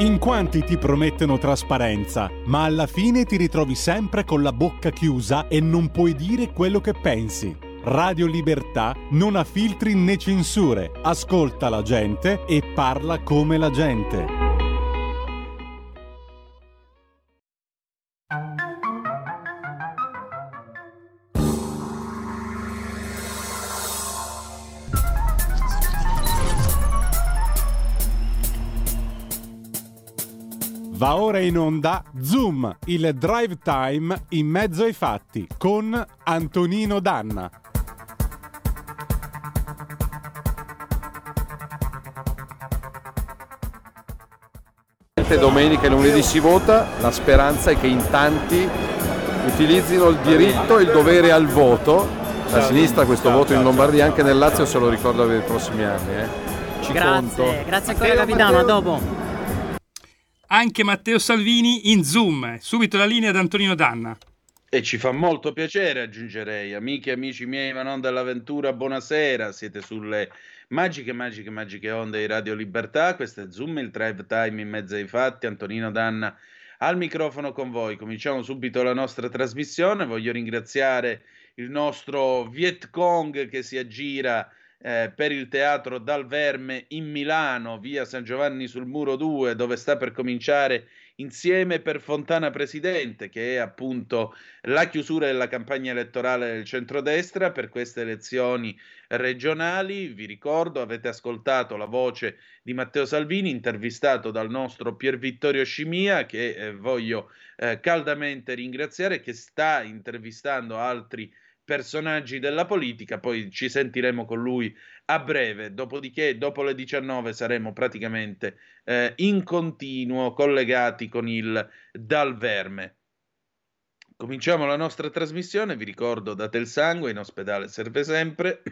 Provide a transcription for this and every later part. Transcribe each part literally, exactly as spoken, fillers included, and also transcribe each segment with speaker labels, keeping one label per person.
Speaker 1: In quanti ti promettono trasparenza, ma alla fine ti ritrovi sempre con la bocca chiusa e non puoi dire quello che pensi. Radio Libertà non ha filtri né censure, ascolta la gente e parla come la gente. Va ora in onda Zoom, il drive time in mezzo ai fatti, con Antonino Danna.
Speaker 2: Domenica e lunedì si vota, la speranza è che in tanti utilizzino il diritto e il dovere al voto. La sinistra questo voto in Lombardia, anche nel Lazio se lo ricorda per i prossimi anni. Eh. Ci
Speaker 3: grazie,
Speaker 2: conto.
Speaker 3: grazie ancora capitano, a dopo.
Speaker 4: Anche Matteo Salvini in Zoom, subito la linea ad Antonino Danna.
Speaker 5: E ci fa molto piacere, aggiungerei. Amiche e amici miei, ma non dell'avventura, buonasera. Siete sulle magiche, magiche, magiche onde di Radio Libertà. Questo è Zoom, il drive time in mezzo ai fatti. Antonino Danna al microfono con voi. Cominciamo subito la nostra trasmissione. Voglio ringraziare il nostro Viet Cong che si aggira Eh, per il Teatro Dal Verme in Milano, via San Giovanni sul Muro due, dove sta per cominciare Insieme per Fontana Presidente, che è appunto la chiusura della campagna elettorale del centrodestra per queste elezioni regionali. Vi ricordo, avete ascoltato la voce di Matteo Salvini, intervistato dal nostro Pier Vittorio Scimia, che eh, voglio eh, caldamente ringraziare, che sta intervistando altri personaggi della politica. Poi ci sentiremo con lui a breve, dopodiché dopo le diciannove saremo praticamente eh, in continuo collegati con il Dal Verme. Cominciamo la nostra trasmissione, vi ricordo, date il sangue, in ospedale serve sempre.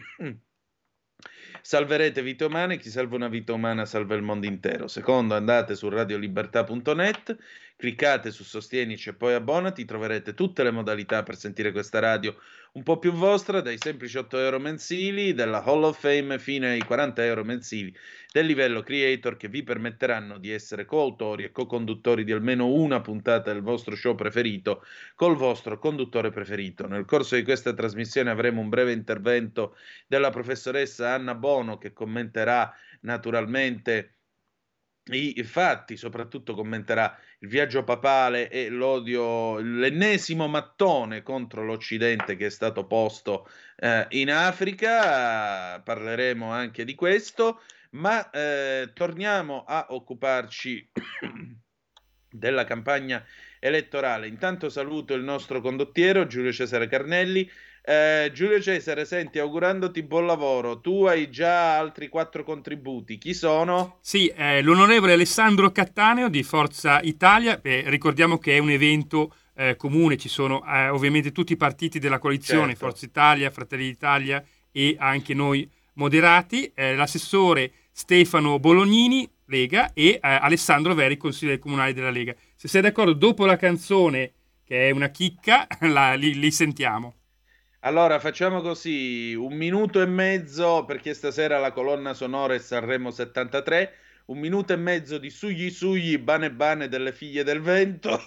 Speaker 5: Salverete vite umane, chi salva una vita umana salva il mondo intero. Secondo, andate su radiolibertà punto net, cliccate su Sostienici e poi abbonati, troverete tutte le modalità per sentire questa radio un po' più vostra, dai semplici otto euro mensili della Hall of Fame fino ai quaranta euro mensili del livello creator, che vi permetteranno di essere coautori e co-conduttori di almeno una puntata del vostro show preferito col vostro conduttore preferito. Nel corso di questa trasmissione avremo un breve intervento della professoressa Anna Bono, che commenterà naturalmente i fatti, soprattutto commenterà il viaggio papale e l'odio, l'ennesimo mattone contro l'Occidente che è stato posto eh, in Africa. Parleremo anche di questo, ma eh, torniamo a occuparci della campagna elettorale. Intanto saluto il nostro condottiero Giulio Cesare Carnelli. Eh, Giulio Cesare, senti, augurandoti buon lavoro, tu hai già altri quattro contributi, chi sono?
Speaker 4: Sì, eh, l'onorevole Alessandro Cattaneo di Forza Italia. Eh, ricordiamo che è un evento eh, comune, ci sono eh, ovviamente tutti i partiti della coalizione, certo. Forza Italia, Fratelli d'Italia e anche noi moderati, eh, l'assessore Stefano Bolognini, Lega, e eh, Alessandro Veri, consigliere comunale della Lega. Se sei d'accordo, dopo la canzone, che è una chicca, la, li, li sentiamo.
Speaker 5: Allora facciamo così, un minuto e mezzo, perché stasera la colonna sonora è Sanremo settantatré, un minuto e mezzo di Sugli Sugli, Bane Bane delle Figlie del Vento,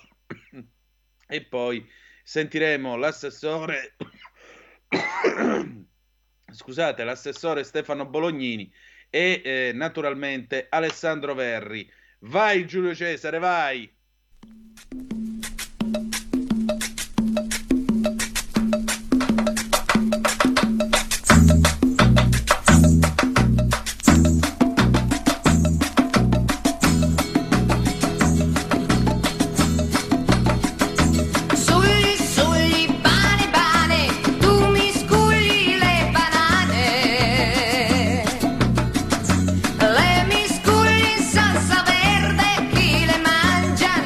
Speaker 5: e poi sentiremo l'assessore, scusate, l'assessore Stefano Bolognini e eh, naturalmente Alessandro Verri. Vai Giulio Cesare, vai!
Speaker 6: Verde chi le mangia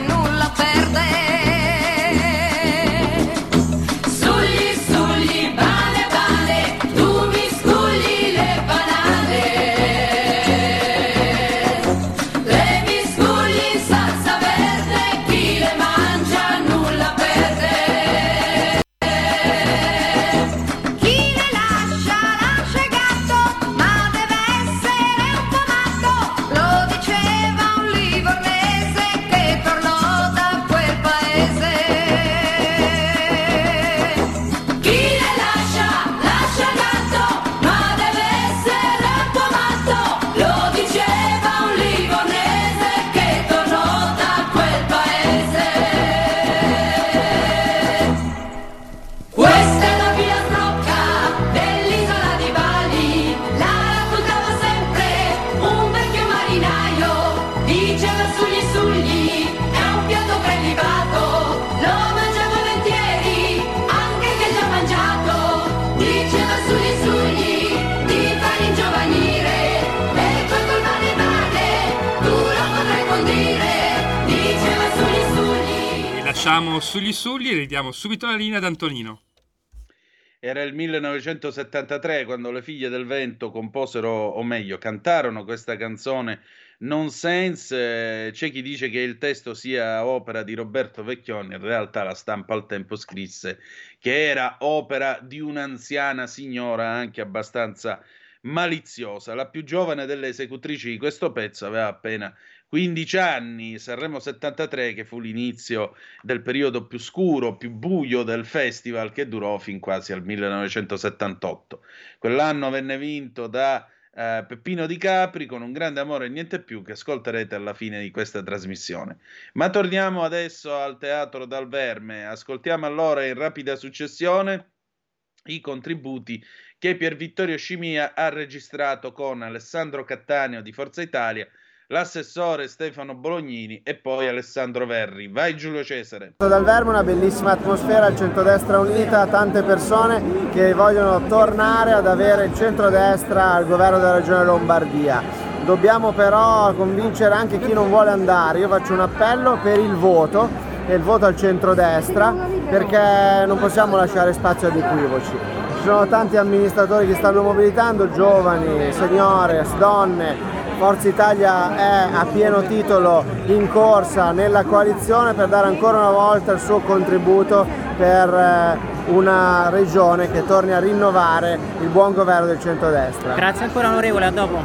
Speaker 3: diceva sugli sugli, è un piatto prelibato, lo mangia volentieri, anche che già mangiato. Diceva sugli sugli, di far ingiovanire, e quando il male male, tu lo potrai condire. Diceva sugli sugli.
Speaker 4: E lasciamo sugli sugli e ridiamo subito la linea ad Antonino.
Speaker 5: Era il millenovecentosettantatré quando le Figlie del Vento composero, o meglio, cantarono questa canzone Nonsense. Eh, c'è chi dice che il testo sia opera di Roberto Vecchioni, in realtà la Stampa al tempo scrisse che era opera di un'anziana signora anche abbastanza maliziosa. La più giovane delle esecutrici di questo pezzo aveva appena quindici anni. Sanremo settantatré, che fu l'inizio del periodo più scuro, più buio del festival, che durò fin quasi al millenovecentosettantotto. Quell'anno venne vinto da eh, Peppino Di Capri con Un grande amore e niente più, che ascolterete alla fine di questa trasmissione. Ma torniamo adesso al Teatro dal Verme. Ascoltiamo allora in rapida successione i contributi che Pier Vittorio Scimia ha registrato con Alessandro Cattaneo di Forza Italia, l'assessore Stefano Bolognini e poi Alessandro Verri. Vai Giulio Cesare.
Speaker 6: Dal Verme una bellissima atmosfera, il centrodestra unita, tante persone che vogliono tornare ad avere il centrodestra al governo della regione Lombardia. Dobbiamo però convincere anche chi non vuole andare. Io faccio un appello per il voto e il voto al centrodestra, perché non possiamo lasciare spazio ad equivoci. Ci sono tanti amministratori che stanno mobilitando, giovani, signore, donne. Forza Italia è a pieno titolo in corsa nella coalizione per dare ancora una volta il suo contributo per una regione che torni a rinnovare il buon governo del centrodestra.
Speaker 7: Grazie ancora onorevole, a dopo.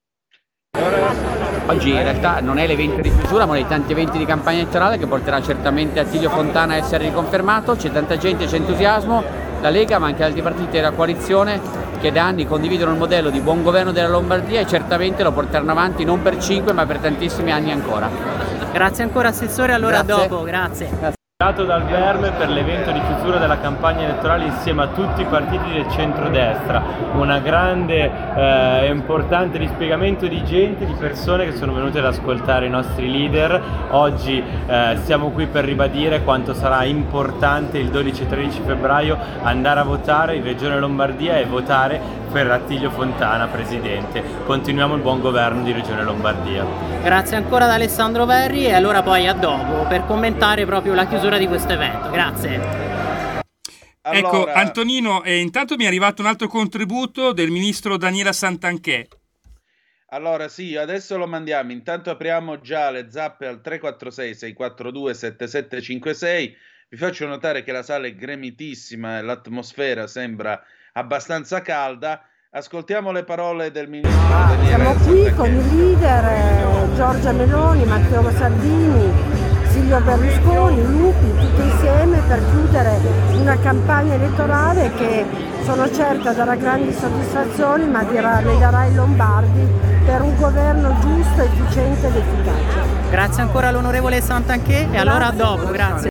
Speaker 8: Oggi in realtà non è l'evento di chiusura, ma uno dei tanti eventi di campagna elettorale che porterà certamente Attilio Fontana a essere riconfermato. C'è tanta gente, c'è entusiasmo, la Lega ma anche altri partiti della coalizione che da anni condividono il modello di buon governo della Lombardia e certamente lo porteranno avanti non per cinque ma per tantissimi anni ancora.
Speaker 7: Grazie ancora assessore, allora
Speaker 8: Grazie.
Speaker 7: dopo, grazie.
Speaker 8: Grazie.
Speaker 9: Dal Verme per l'evento di chiusura della campagna elettorale insieme a tutti i partiti del centrodestra, una grande e eh, importante dispiegamento di gente, di persone che sono venute ad ascoltare i nostri leader. Oggi eh, siamo qui per ribadire quanto sarà importante il dodici e tredici febbraio andare a votare in Regione Lombardia e votare per Attilio Fontana presidente. Continuiamo il buon governo di Regione Lombardia.
Speaker 7: Grazie ancora ad Alessandro Verri e allora poi a dopo per commentare proprio la chiusura di questo evento. Grazie.
Speaker 5: Allora...
Speaker 4: Ecco Antonino, eh, intanto mi è arrivato un altro contributo del ministro Daniela Santanchè.
Speaker 5: Allora sì, adesso lo mandiamo. Intanto apriamo già le zappe al tre quattro sei sei quattro due sette sette cinque sei. Vi faccio notare che la sala è gremitissima e l'atmosfera sembra abbastanza calda. Ascoltiamo le parole del ministro
Speaker 10: ah,
Speaker 5: Daniela
Speaker 10: Siamo qui con i leader eh, Giorgia Meloni, Matteo Salvini, Silvio Berlusconi, Lupi, tutti insieme per chiudere una campagna elettorale che sono certa darà grandi soddisfazioni, ma dirà, le darà ai lombardi per un governo giusto, efficiente ed efficace.
Speaker 7: Grazie ancora all'onorevole Santanchè e allora a dopo, grazie.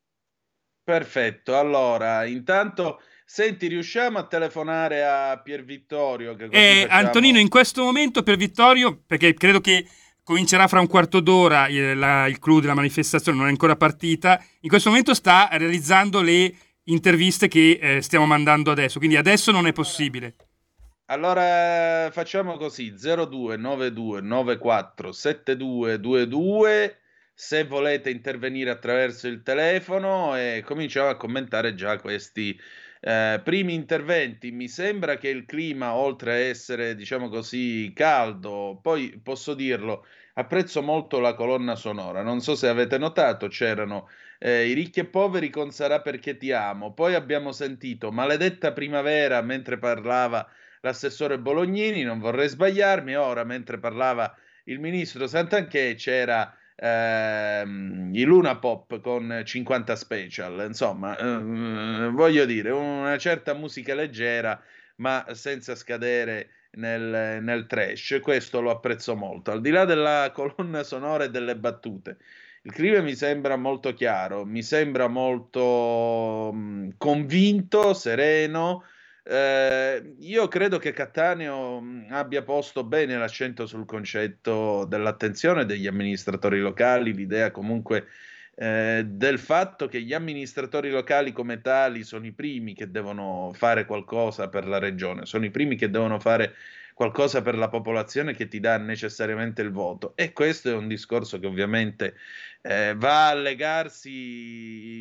Speaker 5: Perfetto, allora intanto senti, riusciamo a telefonare a Pier Vittorio? Che
Speaker 4: eh, facciamo... Antonino, in questo momento Pier Vittorio, perché credo che comincerà fra un quarto d'ora il, la, il clou della manifestazione, non è ancora partita, in questo momento sta realizzando le interviste che eh, stiamo mandando adesso, quindi adesso non è possibile.
Speaker 5: Allora facciamo così, zero due nove due nove quattro sette due due due se volete intervenire attraverso il telefono, e cominciamo a commentare già questi eh, primi interventi. Mi sembra che il clima, oltre a essere diciamo così caldo, poi posso dirlo, apprezzo molto la colonna sonora. Non so se avete notato, c'erano eh, I ricchi e poveri con Sarà perché ti amo, poi abbiamo sentito Maledetta primavera mentre parlava l'assessore Bolognini, non vorrei sbagliarmi. Ora mentre parlava il ministro Santanchè c'era ehm, i Luna Pop con cinquanta Special, insomma ehm, voglio dire, una certa musica leggera ma senza scadere nel, nel trash. Questo lo apprezzo molto. Al di là della colonna sonora e delle battute, il clima mi sembra molto chiaro, mi sembra molto mh, convinto, sereno. Eh, io credo che Cattaneo mh, abbia posto bene l'accento sul concetto dell'attenzione degli amministratori locali, l'idea comunque eh, del fatto che gli amministratori locali come tali sono i primi che devono fare qualcosa per la regione, sono i primi che devono fare qualcosa per la popolazione che ti dà necessariamente il voto. E questo è un discorso che ovviamente eh, va a legarsi,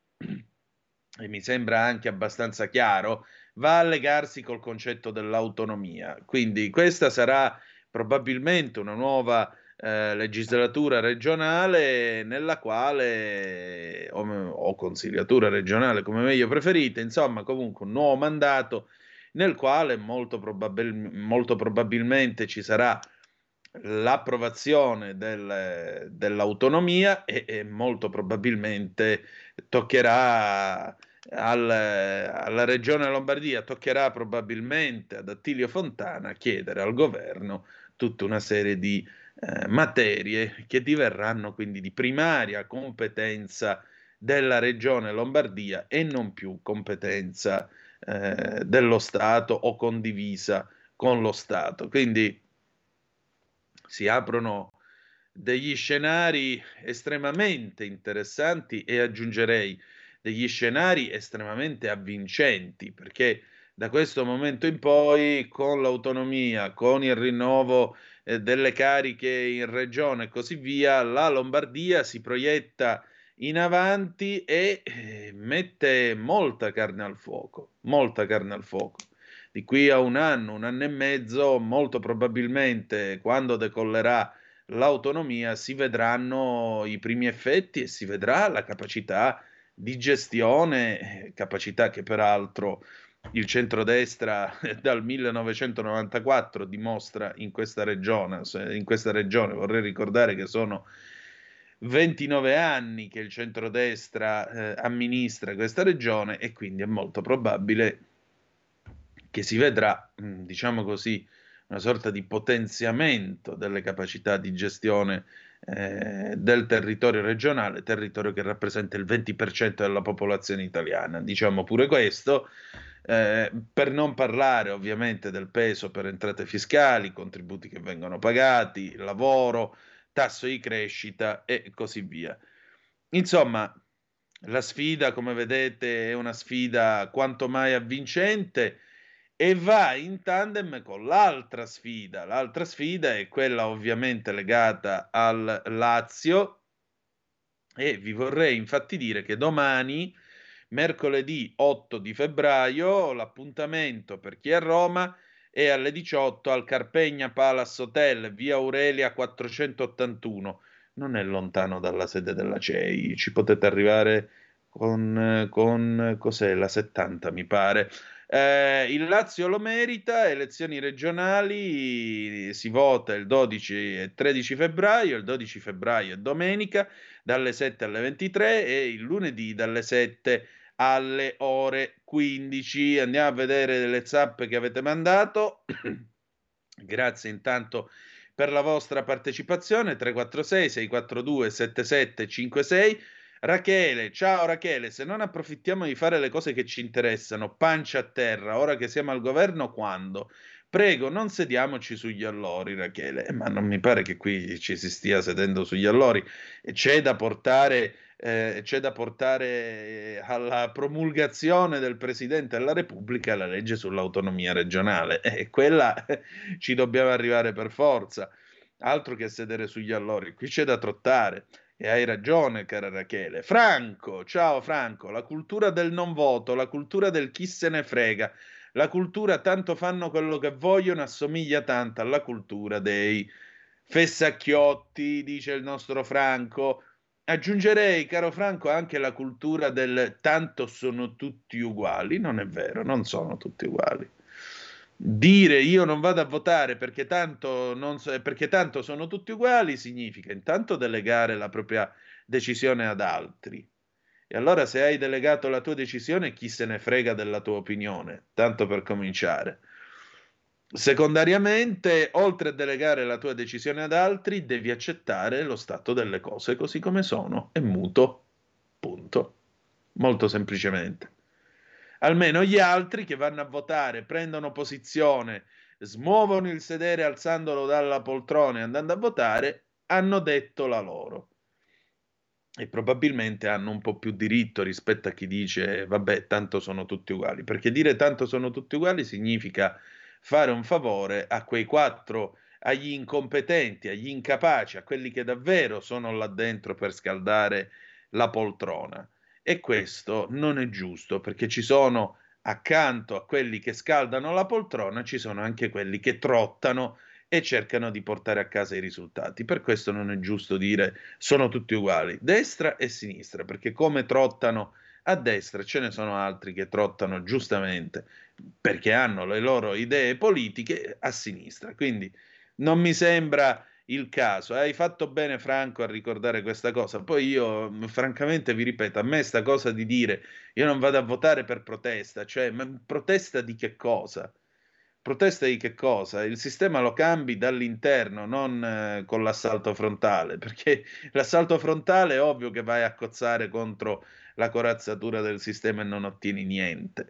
Speaker 5: e mi sembra anche abbastanza chiaro, va a legarsi col concetto dell'autonomia. Quindi questa sarà probabilmente una nuova eh, legislatura regionale nella quale, o, o consigliatura regionale come meglio preferite, insomma comunque un nuovo mandato nel quale molto, probabil- molto probabilmente ci sarà l'approvazione del- dell'autonomia e, e molto probabilmente toccherà al- alla Regione Lombardia, toccherà probabilmente ad Attilio Fontana chiedere al governo tutta una serie di eh, materie che diverranno quindi di primaria competenza della Regione Lombardia e non più competenza eh, dello Stato o condivisa con lo Stato. Quindi si aprono degli scenari estremamente interessanti e aggiungerei degli scenari estremamente avvincenti, perché da questo momento in poi, con l'autonomia, con il rinnovo eh, delle cariche in regione e così via, la Lombardia si proietta in avanti e eh, mette molta carne al fuoco, molta carne al fuoco. Di qui a un anno, un anno e mezzo, molto probabilmente, quando decollerà l'autonomia, si vedranno i primi effetti e si vedrà la capacità di gestione, eh, capacità che peraltro il centrodestra dal millenovecentonovantaquattro dimostra in questa regione. In questa regione vorrei ricordare che sono ventinove anni che il centrodestra eh, amministra questa regione e quindi è molto probabile che si vedrà, mh, diciamo così, una sorta di potenziamento delle capacità di gestione eh, del territorio regionale, territorio che rappresenta il venti per cento della popolazione italiana. Diciamo pure questo, eh, per non parlare ovviamente del peso per entrate fiscali, contributi che vengono pagati, lavoro, tasso di crescita e così via. Insomma, la sfida, come vedete, è una sfida quanto mai avvincente e va in tandem con l'altra sfida. L'altra sfida è quella ovviamente legata al Lazio e vi vorrei infatti dire che domani, mercoledì otto di febbraio, l'appuntamento per chi è a Roma è alle diciotto al Carpegna Palace Hotel, via Aurelia quattrocentottantuno. Non è lontano dalla sede della C E I, ci potete arrivare con, con cos'è, la settanta mi pare. Eh, il Lazio lo merita, elezioni regionali, si vota il dodici e tredici febbraio, il dodici febbraio è domenica dalle sette alle ventitré e il lunedì dalle sette alle ore quindici. Andiamo a vedere le zappe che avete mandato. Grazie intanto per la vostra partecipazione. Tre quattro sei sei quattro due sette sette cinque sei. Rachele, ciao Rachele, se non approfittiamo di fare le cose che ci interessano, pancia a terra, ora che siamo al governo, quando? Prego, non sediamoci sugli allori, Rachele. Eh, ma non mi pare che qui ci si stia sedendo sugli allori. C'è da portare, eh, c'è da portare alla promulgazione del Presidente della Repubblica la legge sull'autonomia regionale. E eh, quella ci dobbiamo arrivare per forza. Altro che sedere sugli allori, qui c'è da trottare. E hai ragione, cara Rachele. Franco, ciao Franco, la cultura del non voto, la cultura del chi se ne frega, la cultura tanto fanno quello che vogliono assomiglia tanto alla cultura dei fessacchiotti, dice il nostro Franco. Aggiungerei, caro Franco, anche la cultura del tanto sono tutti uguali. Non è vero, non sono tutti uguali. Dire io non vado a votare perché tanto, non so, perché tanto sono tutti uguali significa intanto delegare la propria decisione ad altri. E allora se hai delegato la tua decisione, chi se ne frega della tua opinione, tanto per cominciare. Secondariamente, oltre a delegare la tua decisione ad altri, devi accettare lo stato delle cose così come sono, è muto, punto. Molto semplicemente. Almeno gli altri che vanno a votare, prendono posizione, smuovono il sedere alzandolo dalla poltrona e andando a votare, hanno detto la loro. E probabilmente hanno un po' più diritto rispetto a chi dice vabbè, tanto sono tutti uguali, perché dire tanto sono tutti uguali significa fare un favore a quei quattro, agli incompetenti, agli incapaci, a quelli che davvero sono là dentro per scaldare la poltrona. E questo non è giusto, perché ci sono, accanto a quelli che scaldano la poltrona, ci sono anche quelli che trottano e cercano di portare a casa i risultati. Per questo non è giusto dire sono tutti uguali, destra e sinistra, perché come trottano a destra ce ne sono altri che trottano giustamente perché hanno le loro idee politiche a sinistra. Quindi non mi sembra il caso. Hai fatto bene, Franco, a ricordare questa cosa. Poi io, francamente, vi ripeto, a me sta cosa di dire io non vado a votare per protesta, cioè, ma protesta di che cosa? Protesta di che cosa? Il sistema lo cambi dall'interno, non eh, con l'assalto frontale, perché l'assalto frontale è ovvio che vai a cozzare contro la corazzatura del sistema e non ottieni niente.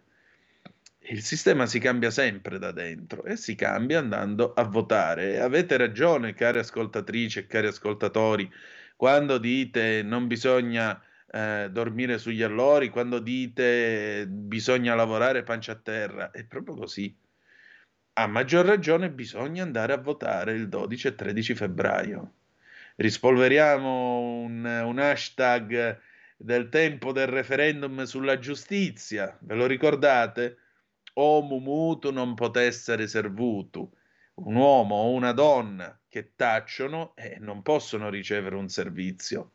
Speaker 5: Il sistema si cambia sempre da dentro e si cambia andando a votare. E avete ragione, cari ascoltatrici e cari ascoltatori, quando dite non bisogna eh, dormire sugli allori, quando dite bisogna lavorare pancia a terra, è proprio così. A maggior ragione bisogna andare a votare il dodici e tredici febbraio. Rispolveriamo un, un hashtag del tempo del referendum sulla giustizia. Ve lo ricordate? Homo mutu non potessere servutu. Un uomo o una donna che tacciono e eh, non possono ricevere un servizio.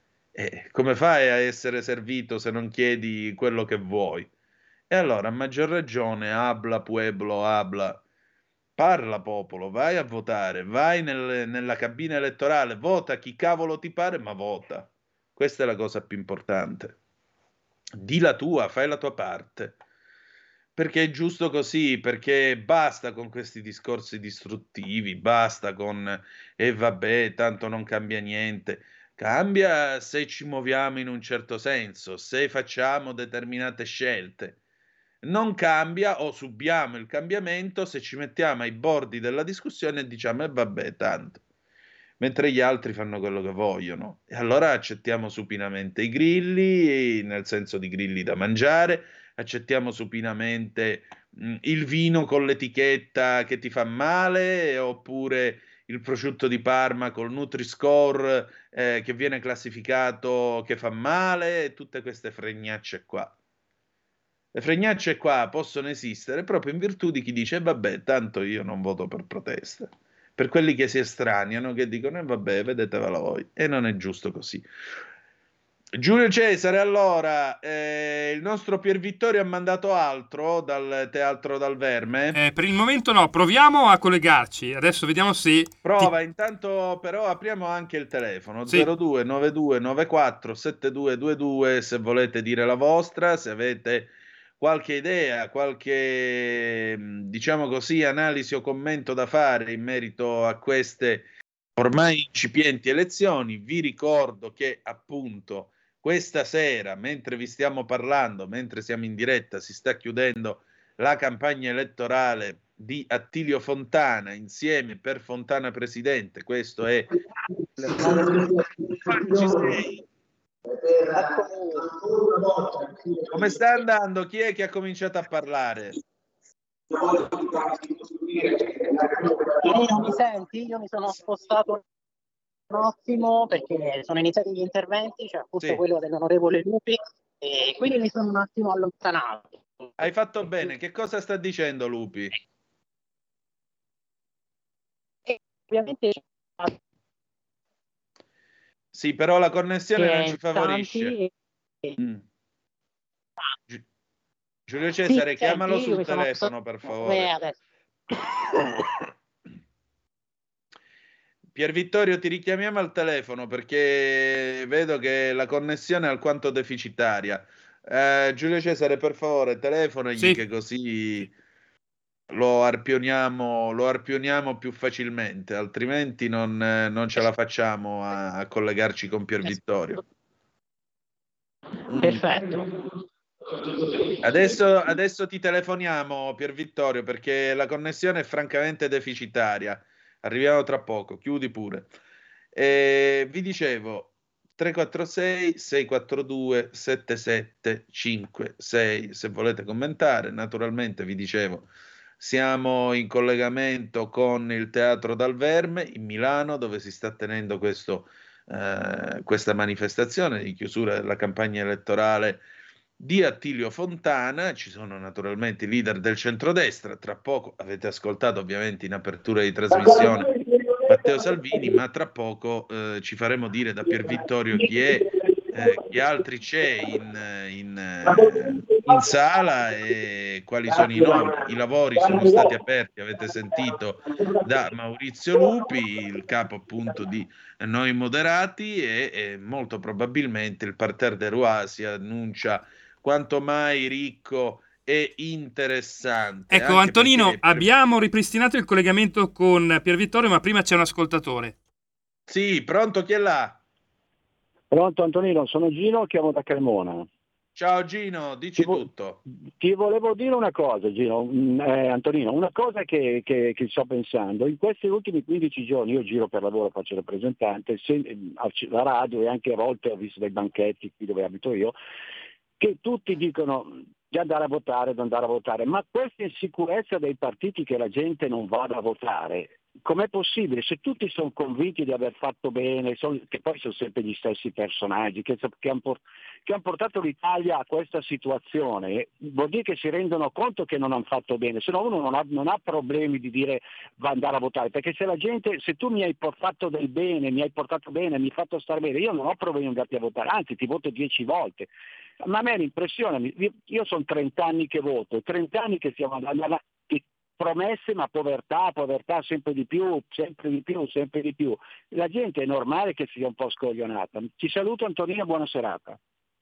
Speaker 5: E come fai a essere servito se non chiedi quello che vuoi? E allora, a maggior ragione, habla pueblo, habla. Parla popolo, vai a votare, vai nel- nella cabina elettorale, vota chi cavolo ti pare, ma vota. Questa è la cosa più importante. Di la tua, fai la tua parte. Perché è giusto così, perché basta con questi discorsi distruttivi, basta con e vabbè, tanto non cambia niente. Cambia se ci muoviamo in un certo senso, se facciamo determinate scelte. Non cambia o subiamo il cambiamento se ci mettiamo ai bordi della discussione e diciamo e vabbè, tanto. Mentre gli altri fanno quello che vogliono. E allora accettiamo supinamente i grilli, nel senso di grilli da mangiare, accettiamo supinamente mh, il vino con l'etichetta che ti fa male, oppure il prosciutto di Parma col Nutri-Score eh, che viene classificato che fa male, e tutte queste fregnacce qua. Le fregnacce qua possono esistere proprio in virtù di chi dice vabbè, tanto io non voto per protesta. Per quelli che si estraniano, che dicono e vabbè, vedetevela voi. E non è giusto così. Giulio Cesare, allora, eh, il nostro Pier Vittorio ha mandato altro dal Teatro dal Verme?
Speaker 4: Eh, per il momento no, proviamo a collegarci. Adesso vediamo se...
Speaker 5: Prova,
Speaker 4: ti...
Speaker 5: intanto però apriamo anche il telefono,
Speaker 4: sì.
Speaker 5: zero due nove due nove quattro sette due due due se volete dire la vostra, se avete qualche idea, qualche, diciamo così, analisi o commento da fare in merito a queste ormai incipienti elezioni. Vi ricordo che appunto questa sera, mentre vi stiamo parlando, mentre siamo in diretta, si sta chiudendo la campagna elettorale di Attilio Fontana insieme per Fontana Presidente. Questo è ci sei? Come sta andando? Chi è che ha cominciato a parlare?
Speaker 7: Lei non mi senti? Io mi sono spostato un attimo perché sono iniziati gli interventi, cioè appunto sì. Quello dell'onorevole Lupi, e quindi mi sono un attimo allontanato.
Speaker 5: Hai fatto bene. Che cosa sta dicendo Lupi?
Speaker 7: E ovviamente
Speaker 5: sì, però la connessione non ci favorisce.
Speaker 7: Tanti...
Speaker 5: Mm. Giulio Cesare, sì, chiamalo
Speaker 7: senti,
Speaker 5: sul telefono, per favore. Pier Vittorio, ti richiamiamo al telefono perché vedo che la connessione è alquanto deficitaria. Eh, Giulio Cesare, per favore, telefonagli sì. Che così lo arpioniamo, lo arpioniamo più facilmente, altrimenti non, non ce la facciamo a, a collegarci con Pier Vittorio.
Speaker 7: Perfetto.
Speaker 5: Adesso, adesso ti telefoniamo, Pier Vittorio, perché la connessione è francamente deficitaria. Arriviamo tra poco, chiudi pure. E vi dicevo tre quattro sei sei quattro due sette sette cinque sei se volete commentare. Naturalmente vi dicevo, siamo in collegamento con il Teatro Dal Verme in Milano, dove si sta tenendo questo, eh, questa manifestazione di chiusura della campagna elettorale di Attilio Fontana. Ci sono naturalmente i leader del centrodestra. Tra poco avete ascoltato ovviamente in apertura di trasmissione Matteo Salvini, ma tra poco eh, ci faremo dire da Pier Vittorio chi è, eh, chi altri c'è in, in, eh, in sala e quali sono i nomi. I lavori sono stati aperti, avete sentito, da Maurizio Lupi, il capo appunto di Noi Moderati, e, e molto probabilmente il Parterre des Rois si annuncia quanto mai ricco e interessante.
Speaker 4: Ecco,
Speaker 5: anche
Speaker 4: Antonino,
Speaker 5: perché-
Speaker 4: abbiamo ripristinato il collegamento con Pier Vittorio, ma prima c'è un ascoltatore.
Speaker 5: Sì, pronto, chi è là?
Speaker 11: Pronto Antonino, sono Gino, chiamo da Cremona.
Speaker 5: Ciao Gino, dici
Speaker 11: Ti vo-
Speaker 5: tutto.
Speaker 11: Ti volevo dire una cosa, Gino, mm, eh, Antonino, una cosa che, che, che sto pensando. In questi ultimi quindici giorni, io giro per lavoro, faccio rappresentante, se, la radio e anche a volte ho visto dei banchetti qui dove abito io, che tutti dicono di andare a votare, di andare a votare, ma questa insicurezza dei partiti che la gente non vada a votare, com'è possibile? Se tutti sono convinti di aver fatto bene, son- che poi sono sempre gli stessi personaggi che, che hanno han portato l'Italia a questa situazione, vuol dire che si rendono conto che non hanno fatto bene, se no uno non ha, non ha problemi di dire va andare a votare, perché se la gente, se tu mi hai fatto del bene, mi hai portato bene, mi hai fatto stare bene, io non ho problemi di andarti a votare, anzi ti voto dieci volte. Ma a me l'impressione, io, io sono trenta anni che voto, trenta anni che stiamo andando avanti, promesse ma povertà, povertà sempre di più, sempre di più, sempre di più. La gente è normale che sia un po' scoglionata. Ti saluto Antonino, buona serata.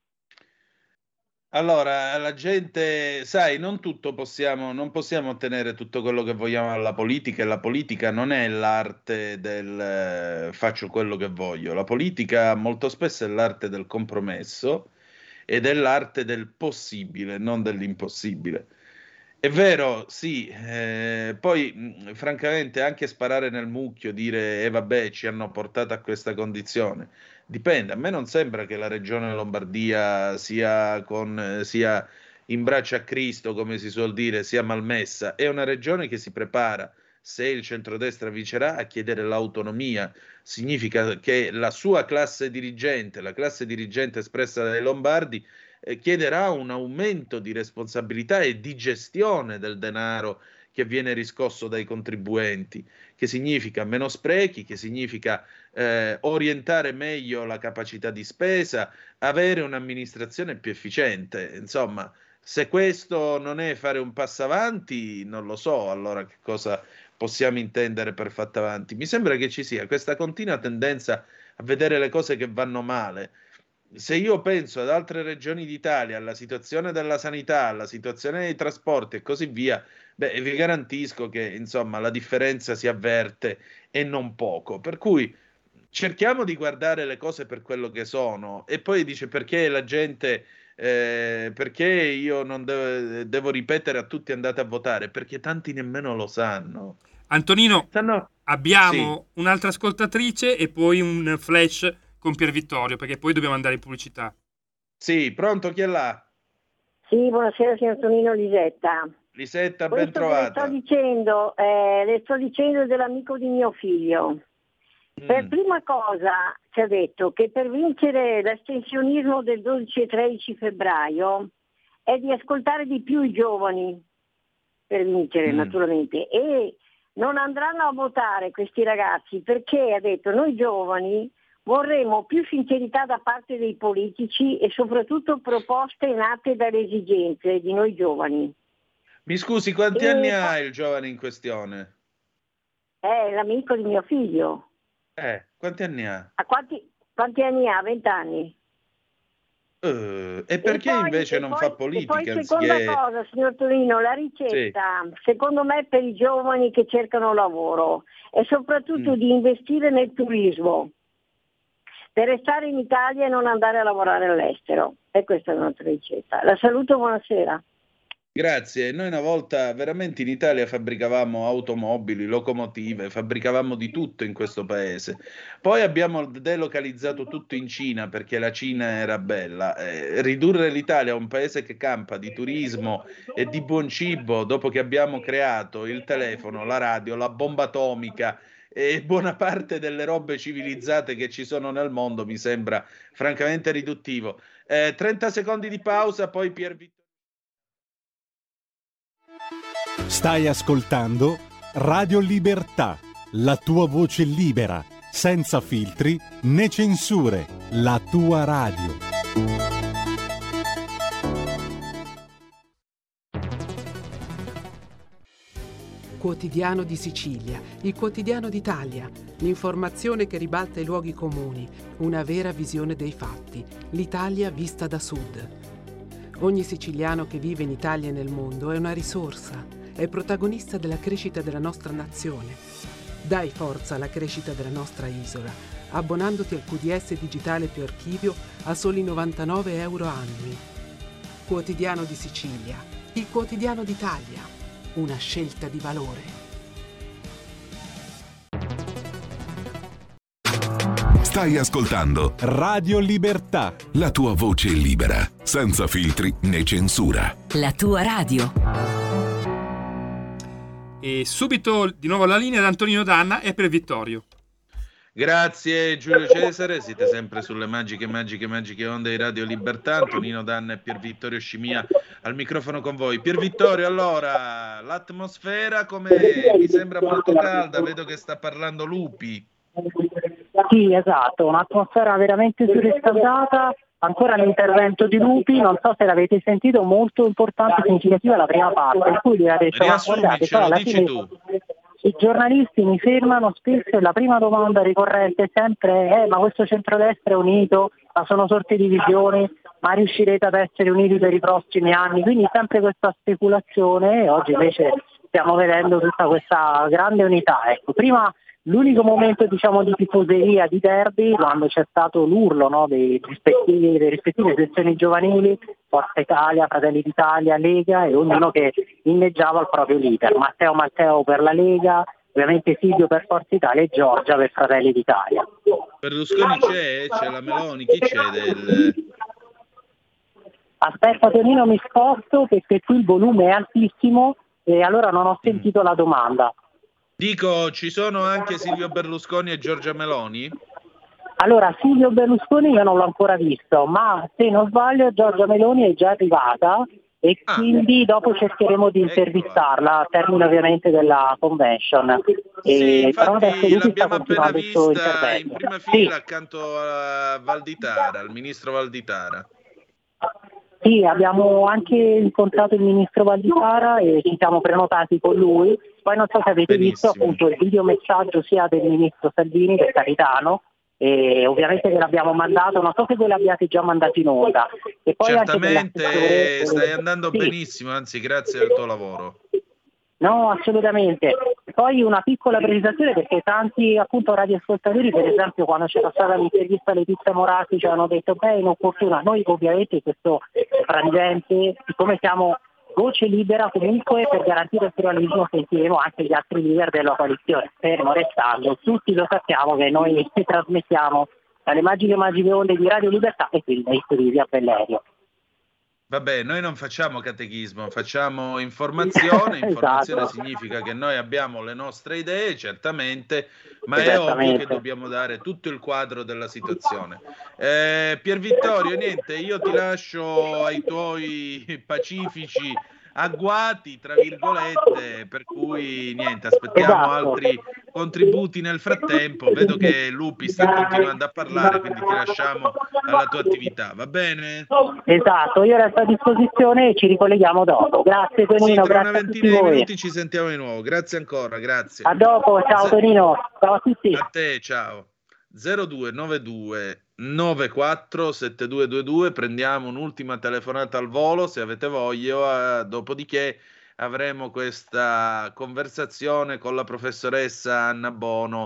Speaker 5: Allora, la gente, sai, non tutto possiamo, non possiamo ottenere tutto quello che vogliamo dalla politica, e la politica non è l'arte del eh, faccio quello che voglio. La politica molto spesso è l'arte del compromesso ed è l'arte del possibile, non dell'impossibile. È vero, sì, eh, poi mh, francamente anche sparare nel mucchio, dire, eh vabbè, ci hanno portato a questa condizione. Dipende, a me non sembra che la regione Lombardia sia, con, eh, sia in braccio a Cristo, come si suol dire, sia malmessa. È una regione che si prepara, se il centrodestra vincerà, a chiedere l'autonomia. Significa che la sua classe dirigente, la classe dirigente espressa dai lombardi, eh, chiederà un aumento di responsabilità e di gestione del denaro che viene riscosso dai contribuenti, che significa meno sprechi, che significa eh, orientare meglio la capacità di spesa, avere un'amministrazione più efficiente. Insomma, se questo non è fare un passo avanti, non lo so, allora che cosa possiamo intendere per fatto avanti? Mi sembra che ci sia questa continua tendenza a vedere le cose che vanno male. Se io penso ad altre regioni d'Italia, alla situazione della sanità, alla situazione dei trasporti e così via, beh, vi garantisco che insomma la differenza si avverte e non poco. Per cui cerchiamo di guardare le cose per quello che sono. E poi dice perché la gente, eh, perché io non devo, devo ripetere a tutti andate a votare? Perché tanti nemmeno lo sanno.
Speaker 4: Antonino,
Speaker 5: Sanno...
Speaker 4: abbiamo un'altra ascoltatrice e poi un flash con Pier Vittorio, perché poi dobbiamo andare in pubblicità.
Speaker 5: Sì, pronto, chi è là?
Speaker 10: Sì, buonasera signor Tonino, Lisetta.
Speaker 5: Lisetta, ben
Speaker 10: Questo che le
Speaker 5: trovata.
Speaker 10: sto dicendo, eh, le sto dicendo dell'amico di mio figlio.
Speaker 5: Mm.
Speaker 10: Per prima cosa ci ha detto che per vincere l'astensionismo del dodici e tredici febbraio è di ascoltare di più i giovani, per vincere
Speaker 5: Mm.
Speaker 10: naturalmente, e non andranno a votare questi ragazzi perché ha detto noi giovani vorremmo più sincerità da parte dei politici e soprattutto proposte nate dalle esigenze di noi giovani.
Speaker 5: Mi scusi, quanti
Speaker 10: E
Speaker 5: anni
Speaker 10: poi-
Speaker 5: ha il giovane in questione?
Speaker 10: È l'amico di mio figlio.
Speaker 5: Eh, quanti anni ha?
Speaker 10: A quanti, quanti anni ha? vent'anni.
Speaker 5: Eh, e perché
Speaker 10: poi-
Speaker 5: invece
Speaker 10: e
Speaker 5: non
Speaker 10: poi-
Speaker 5: fa politica?
Speaker 10: E poi seconda
Speaker 5: anziché-
Speaker 10: cosa, signor Torino, la ricetta, secondo me per i giovani che cercano lavoro, è soprattutto
Speaker 5: Mm.
Speaker 10: di investire nel turismo.
Speaker 12: per restare in Italia e non andare a lavorare all'estero. E questa è la nostra ricetta. La saluto, buonasera.
Speaker 5: Grazie, noi una volta veramente in Italia fabbricavamo automobili, locomotive, fabbricavamo di tutto in questo paese. Poi abbiamo delocalizzato tutto in Cina perché la Cina era bella. Eh, ridurre l'Italia a un paese che campa di turismo e di buon cibo dopo che abbiamo creato il telefono, la radio, la bomba atomica e buona parte delle robe civilizzate che ci sono nel mondo mi sembra francamente riduttivo. Eh, trenta secondi di pausa, poi Pier Vittorio.
Speaker 1: Stai ascoltando Radio Libertà, la tua voce libera, senza filtri né censure, la tua radio.
Speaker 13: Quotidiano di Sicilia, il quotidiano d'Italia, l'informazione che ribalta i luoghi comuni, una vera visione dei fatti, l'Italia vista da sud. Ogni siciliano che vive in Italia e nel mondo è una risorsa, è protagonista della crescita della nostra nazione. Dai forza alla crescita della nostra isola, abbonandoti al Q D S digitale più archivio a soli novantanove euro annui. Quotidiano di Sicilia, il quotidiano d'Italia, una scelta di valore.
Speaker 14: Stai ascoltando
Speaker 1: Radio Libertà,
Speaker 14: la tua voce libera, senza filtri né censura.
Speaker 15: La tua radio.
Speaker 4: E subito di nuovo la linea ad Antonino Danna e per Vittorio.
Speaker 5: Grazie Giulio Cesare, siete sempre sulle magiche, magiche, magiche onde di Radio Libertà. Antonino Danna e Pier Vittorio Scimia al microfono con voi. Pier Vittorio, allora, l'atmosfera come mi sembra molto calda, vedo che sta parlando Lupi.
Speaker 7: Sì, esatto, un'atmosfera veramente surriscaldata. Ancora l'intervento di Lupi, non so se l'avete sentito, molto importante e significativa la prima parte, in cui lui ha detto: ma guardate, poi alla fine i giornalisti mi fermano spesso e la prima domanda ricorrente è sempre eh, ma questo centrodestra è unito, ma sono sorte divisioni, ma riuscirete ad essere uniti per i prossimi anni? Quindi sempre questa speculazione, e oggi invece stiamo vedendo tutta questa grande unità. Ecco, prima l'unico momento, diciamo, di tifoseria, di derby, quando c'è stato l'urlo, no, dei rispettivi, delle rispettive sezioni giovanili, Forza Italia, Fratelli d'Italia, Lega, e ognuno che inneggiava il proprio leader. Matteo Matteo per la Lega, ovviamente Silvio per Forza Italia e Giorgia per Fratelli d'Italia.
Speaker 5: Berlusconi c'è? C'è la Meloni? Chi c'è del...
Speaker 7: Aspetta Tonino, mi sposto perché qui il volume è altissimo e allora non ho sentito la domanda.
Speaker 5: Dico, ci sono anche Silvio Berlusconi e Giorgia Meloni?
Speaker 7: Allora, Silvio Berlusconi io non l'ho ancora visto, ma se non sbaglio Giorgia Meloni è già arrivata e ah, quindi dopo cercheremo di intervistarla a termine ovviamente della convention.
Speaker 5: Sì,
Speaker 7: e
Speaker 5: infatti l'abbiamo appena vista in prima fila sì. accanto a Valditara, al ministro Valditara.
Speaker 7: Sì, abbiamo anche incontrato il ministro Valditara e ci siamo prenotati con lui. Poi non so se avete Benissimo. visto appunto il videomessaggio sia del ministro Salvini che Caritano, e ovviamente ve l'abbiamo mandato, non so se voi l'abbiate già mandato in onda. E poi
Speaker 5: certamente
Speaker 7: anche
Speaker 5: stai andando sì. benissimo, anzi grazie al tuo lavoro.
Speaker 7: No, assolutamente. Poi una piccola precisazione, perché tanti appunto radioascoltatori, per esempio quando c'era stata l'intervista a Letizia Moratti ci hanno detto beh, è inopportuna. Noi ovviamente questo frangente, siccome siamo voce libera comunque per garantire il pluralismo, sentiremo anche gli altri leader della coalizione, fermo restando, tutti lo sappiamo che noi ci trasmettiamo dalle magiche magiche onde di Radio Libertà e quindi dai studi di Bellerio.
Speaker 5: Vabbè, noi non facciamo catechismo, facciamo informazione, informazione esatto. significa che noi abbiamo le nostre idee, certamente, ma è ovvio che dobbiamo dare tutto il quadro della situazione. Eh, Pier Vittorio, niente, io ti lascio ai tuoi pacifici agguati, tra virgolette, per cui niente, aspettiamo esatto. altri contributi nel frattempo. Vedo che Lupi sta continuando a parlare, quindi ti lasciamo alla tua attività, va bene?
Speaker 7: Esatto, io resto a disposizione e ci ricolleghiamo dopo. Grazie Tonino,
Speaker 5: sì, tra
Speaker 7: grazie
Speaker 5: una ventina di minuti ci sentiamo di nuovo. Grazie ancora, grazie.
Speaker 7: A dopo, ciao Tonino, ciao a tutti.
Speaker 5: A te, ciao. zero due nove due nove quattro sette due due due, prendiamo un'ultima telefonata al volo se avete voglia, eh, dopodiché avremo questa conversazione con la professoressa Anna Bono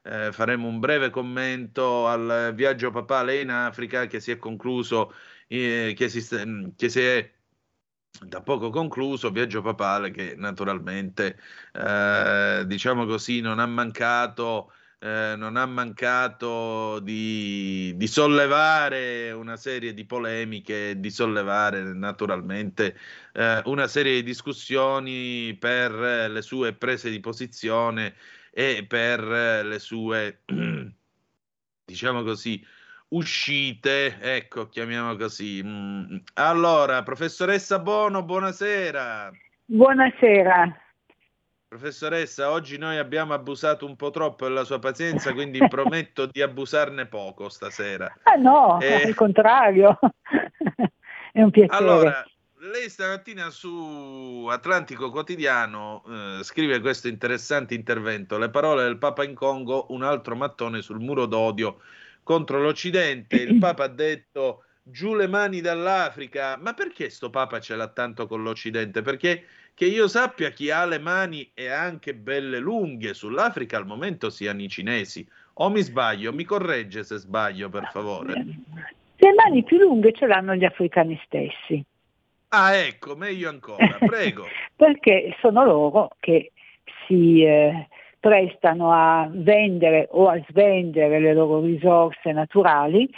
Speaker 5: eh, faremo un breve commento al viaggio papale in Africa che si è concluso, eh, che, si, che si è da poco concluso, viaggio papale che naturalmente, eh, diciamo così, non ha mancato, eh, non ha mancato di, di sollevare una serie di polemiche, di sollevare naturalmente eh, una serie di discussioni per le sue prese di posizione e per le sue, diciamo così, uscite, ecco, chiamiamo così. Mm. Allora, professoressa Bono, buonasera.
Speaker 16: Buonasera.
Speaker 5: Professoressa, oggi noi abbiamo abusato un po' troppo della sua pazienza, quindi prometto di abusarne poco stasera.
Speaker 16: Ah no,
Speaker 5: Eh,
Speaker 16: al contrario, è un piacere.
Speaker 5: Allora, lei stamattina su Atlantico Quotidiano eh, scrive questo interessante intervento: le parole del Papa in Congo, un altro mattone sul muro d'odio contro l'Occidente. Il Papa ha detto giù le mani dall'Africa. Ma perché sto Papa ce l'ha tanto con l'Occidente? Perché che io sappia, chi ha le mani e anche belle lunghe sull'Africa al momento siano i cinesi. O mi sbaglio? Mi corregge se sbaglio, per favore.
Speaker 16: Le mani più lunghe ce l'hanno gli africani stessi.
Speaker 5: Ah, ecco, meglio ancora, prego.
Speaker 16: Perché sono loro che si eh, prestano a vendere o a svendere le loro risorse naturali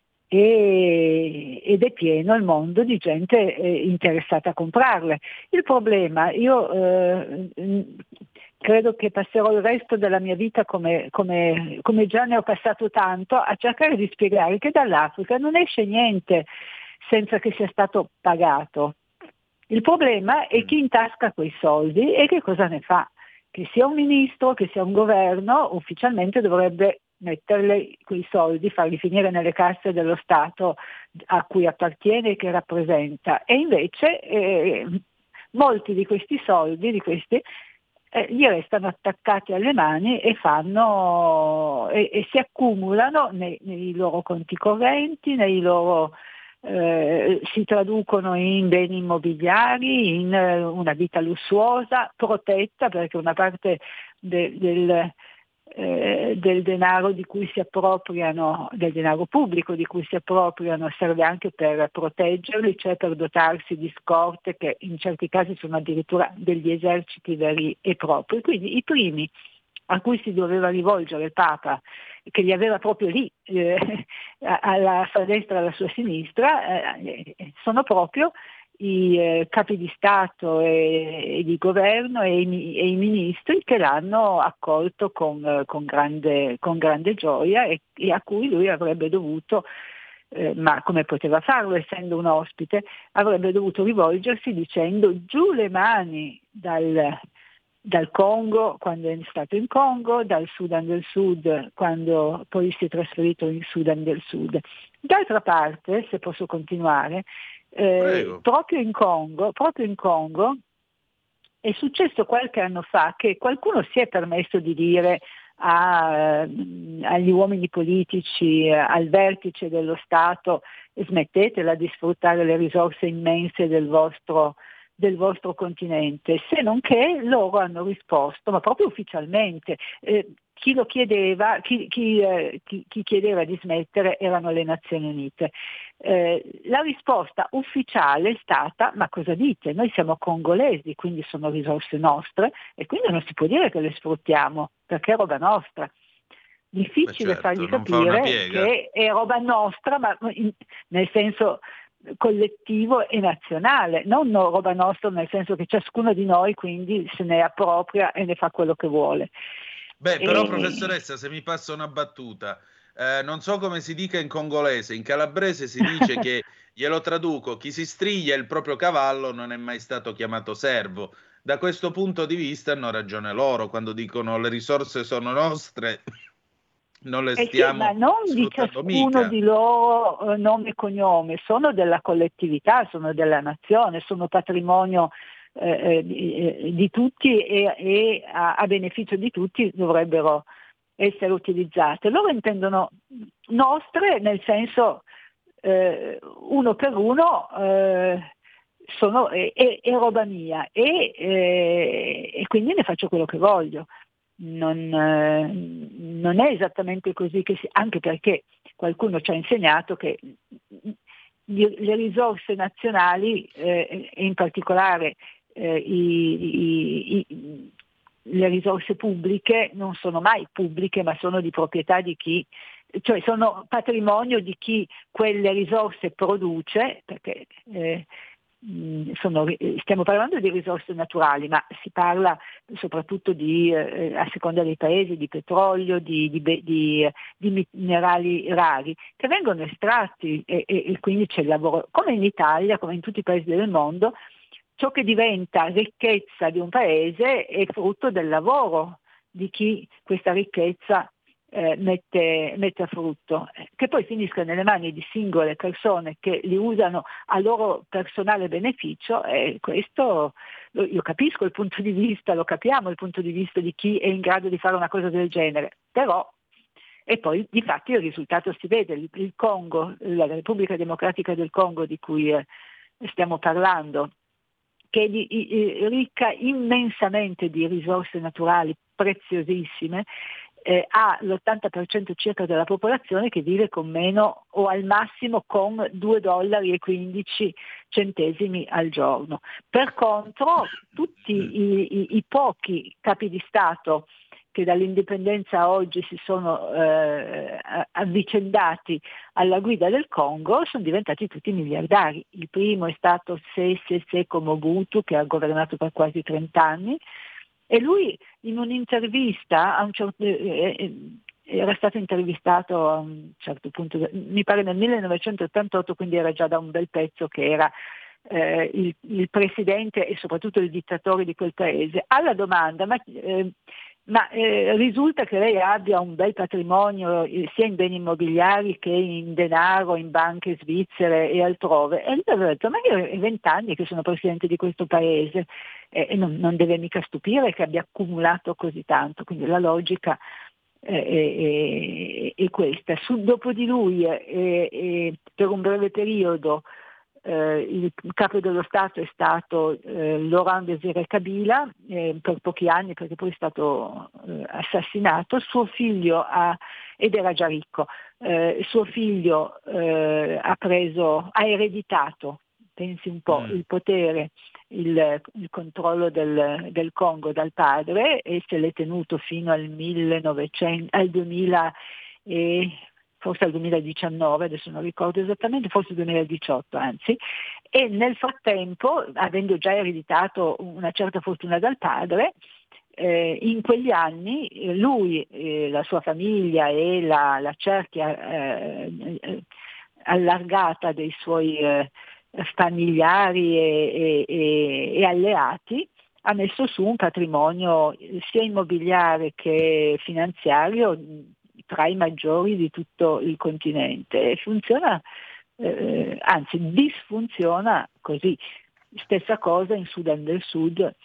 Speaker 16: e, ed è pieno il mondo di gente eh, interessata a comprarle. Il problema, io eh, credo che passerò il resto della mia vita, come, come, come già ne ho passato tanto, a cercare di spiegare che dall'Africa non esce niente senza che sia stato pagato. Il problema è chi intasca quei soldi e che cosa ne fa. Che sia un ministro, che sia un governo, ufficialmente dovrebbe metterle quei soldi, farli finire nelle casse dello Stato a cui appartiene e che rappresenta. E invece eh, molti di questi soldi, di questi, eh, gli restano attaccati alle mani e fanno e, e si accumulano nei, nei loro conti correnti, nei loro Eh, si traducono in beni immobiliari, in eh, una vita lussuosa, protetta, perché una parte de, del, eh, del denaro di cui si appropriano, del denaro pubblico di cui si appropriano, serve anche per proteggerli, cioè per dotarsi di scorte che in certi casi sono addirittura degli eserciti veri e propri. Quindi i primi a cui si doveva rivolgere il Papa, che li aveva proprio lì, eh, alla sua destra e alla sua sinistra, eh, sono proprio i eh, capi di Stato e, e di governo e i, e i ministri che l'hanno accolto con, eh, con, grande, con grande gioia e, e a cui lui avrebbe dovuto, eh, ma come poteva farlo essendo un ospite, avrebbe dovuto rivolgersi dicendo giù le mani dal dal Congo quando è stato in Congo, dal Sudan del Sud quando poi si è trasferito in Sudan del Sud. D'altra parte, se posso continuare, eh, proprio in Congo, proprio in Congo è successo qualche anno fa che qualcuno si è permesso di dire a, agli uomini politici, al vertice dello Stato: smettetela di sfruttare le risorse immense del vostro del vostro continente, se non che loro hanno risposto, ma proprio ufficialmente, eh, chi lo chiedeva, chi, chi, eh, chi, chi chiedeva di smettere erano le Nazioni Unite. Eh, la risposta ufficiale è stata: ma cosa dite? Noi siamo congolesi, quindi sono risorse nostre e quindi non si può dire che le sfruttiamo, perché è roba nostra. Difficile
Speaker 5: certo,
Speaker 16: fargli
Speaker 5: non fa una
Speaker 16: capire
Speaker 5: piega.
Speaker 16: che è roba nostra, ma in, nel senso collettivo e nazionale, non roba nostra nel senso che ciascuno di noi quindi se ne appropria e ne fa quello che vuole.
Speaker 5: Beh, però
Speaker 16: E...
Speaker 5: professoressa, se mi passa una battuta, eh, non so come si dica in congolese, in calabrese si dice che, glielo traduco, chi si striglia il proprio cavallo non è mai stato chiamato servo. Da questo punto di vista hanno ragione loro quando dicono le risorse sono nostre. Non le
Speaker 16: Eh sì,
Speaker 5: stiamo
Speaker 16: ma non di
Speaker 5: sfruttando
Speaker 16: ciascuno
Speaker 5: mica.
Speaker 16: di loro eh, nome e cognome, sono della collettività, sono della nazione, sono patrimonio eh, di, eh, di tutti e, e a, a beneficio di tutti dovrebbero essere utilizzate. Loro intendono nostre nel senso eh, uno per uno eh, sono, è, è, è roba mia e, eh, e quindi ne faccio quello che voglio. non, eh, non è esattamente così, che si, anche perché qualcuno ci ha insegnato che le risorse nazionali eh, e in particolare eh, i, i, i, le risorse pubbliche non sono mai pubbliche, ma sono di proprietà di chi, cioè sono patrimonio di chi quelle risorse produce, perché eh, sono, stiamo parlando di risorse naturali, ma si parla soprattutto di, eh, a seconda dei paesi, di petrolio, di, di, di, di minerali rari che vengono estratti e, e, e quindi c'è il lavoro, come in Italia, come in tutti i paesi del mondo. Ciò che diventa ricchezza di un paese è frutto del lavoro di chi questa ricchezza eh, mette, mette a frutto, che poi finisca nelle mani di singole persone che li usano a loro personale beneficio, e questo io capisco il punto di vista, lo capiamo il punto di vista di chi è in grado di fare una cosa del genere, però e poi di fatto il risultato si vede, il, il Congo, la Repubblica Democratica del Congo di cui eh, stiamo parlando, che è di, i, ricca immensamente di risorse naturali preziosissime, eh, ha l'ottanta per cento circa della popolazione che vive con meno o al massimo con due dollari e quindici centesimi al giorno. Per contro tutti i, i, i pochi capi di Stato che dall'indipendenza a oggi si sono eh, avvicendati alla guida del Congo sono diventati tutti miliardari. Il primo è stato Sese Mobutu, che ha governato per quasi trent'anni, e lui in un'intervista a un certo, eh, era stato intervistato a un certo punto, mi pare nel millenovecentottantotto, quindi era già da un bel pezzo che era eh, il, il presidente e soprattutto il dittatore di quel paese. Alla domanda ma eh, Ma eh, risulta che lei abbia un bel patrimonio eh, sia in beni immobiliari che in denaro, in banche svizzere e altrove. E lui aveva detto, ma io ho vent'anni che sono presidente di questo paese eh, e non, non deve mica stupire che abbia accumulato così tanto. Quindi la logica eh, è, è, è questa. Su, dopo di lui, eh, eh, per un breve periodo, Eh, il capo dello Stato è stato eh, Laurent Désiré Kabila eh, per pochi anni, perché poi è stato eh, assassinato. Suo figlio ha, ed era già ricco, eh, suo figlio eh, ha preso, ha ereditato, pensi un po', mm. il potere, il, il controllo del, del Congo dal padre, e se l'è tenuto fino al millenovecento, al duemila e forse al duemiladiciannove, adesso non ricordo esattamente, forse duemiladiciotto anzi, e nel frattempo, avendo già ereditato una certa fortuna dal padre, eh, in quegli anni eh, lui, eh, la sua famiglia e la, la cerchia eh, eh, allargata dei suoi eh, familiari e, e, e alleati ha messo su un patrimonio sia immobiliare che finanziario tra i maggiori di tutto il continente, e funziona, eh, anzi disfunziona così. Stessa cosa in Sudan del Sud,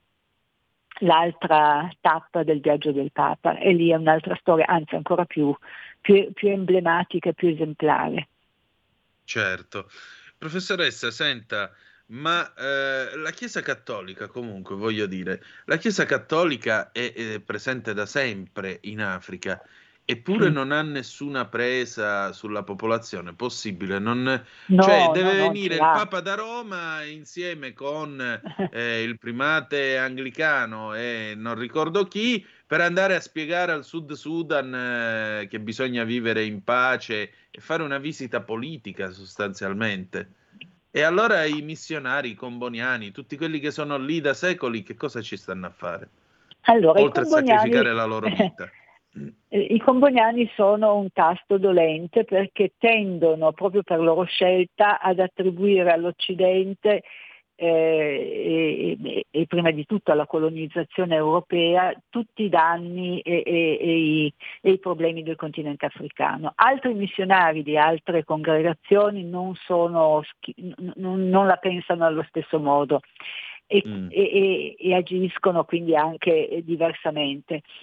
Speaker 16: l'altra tappa del viaggio del Papa, e lì è un'altra storia, anzi ancora più, più, più emblematica, più esemplare.
Speaker 5: Certo. Professoressa, senta, ma eh, la Chiesa Cattolica, comunque voglio dire, la Chiesa Cattolica è, è presente da sempre in Africa, eppure non ha nessuna presa sulla popolazione, possibile? Non,
Speaker 16: No,
Speaker 5: cioè deve
Speaker 16: no, non
Speaker 5: venire
Speaker 16: ce
Speaker 5: il
Speaker 16: l'ha.
Speaker 5: Papa da Roma insieme con eh, il primate anglicano e non ricordo chi, per andare a spiegare al Sud Sudan eh, che bisogna vivere in pace e fare una visita politica sostanzialmente. E allora i missionari, i comboniani, tutti quelli che sono lì da secoli, che cosa ci stanno a fare?
Speaker 16: Allora,
Speaker 5: Oltre
Speaker 16: i
Speaker 5: a
Speaker 16: comboniani,
Speaker 5: sacrificare la loro vita.
Speaker 16: I comboniani sono un tasto dolente, perché tendono, proprio per loro scelta, ad attribuire all'Occidente eh, e, e prima di tutto alla colonizzazione europea tutti i danni e, e, e, i, e i problemi del continente africano. Altri missionari di altre congregazioni non, sono, non, non la pensano allo stesso modo e, mm. e, e, e agiscono quindi anche diversamente.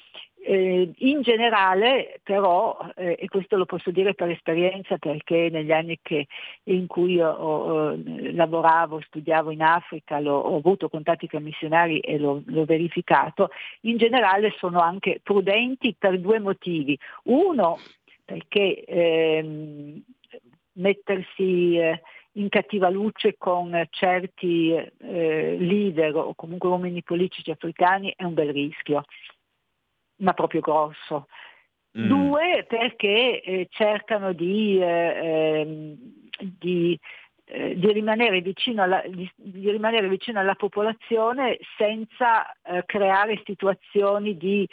Speaker 16: Eh, in generale però, eh, e questo lo posso dire per esperienza perché negli anni che, in cui io ho, eh, lavoravo, studiavo in Africa, l'ho, ho avuto contatti con missionari e l'ho, l'ho verificato, in generale sono anche prudenti per due motivi. Uno, perché ehm, mettersi eh, in cattiva luce con certi eh, leader o comunque uomini politici africani è un bel rischio, ma proprio grosso. Mm. Due, perché eh, cercano di, eh, di, eh, di, rimanere vicino alla, di, di rimanere vicino alla popolazione senza eh, creare situazioni di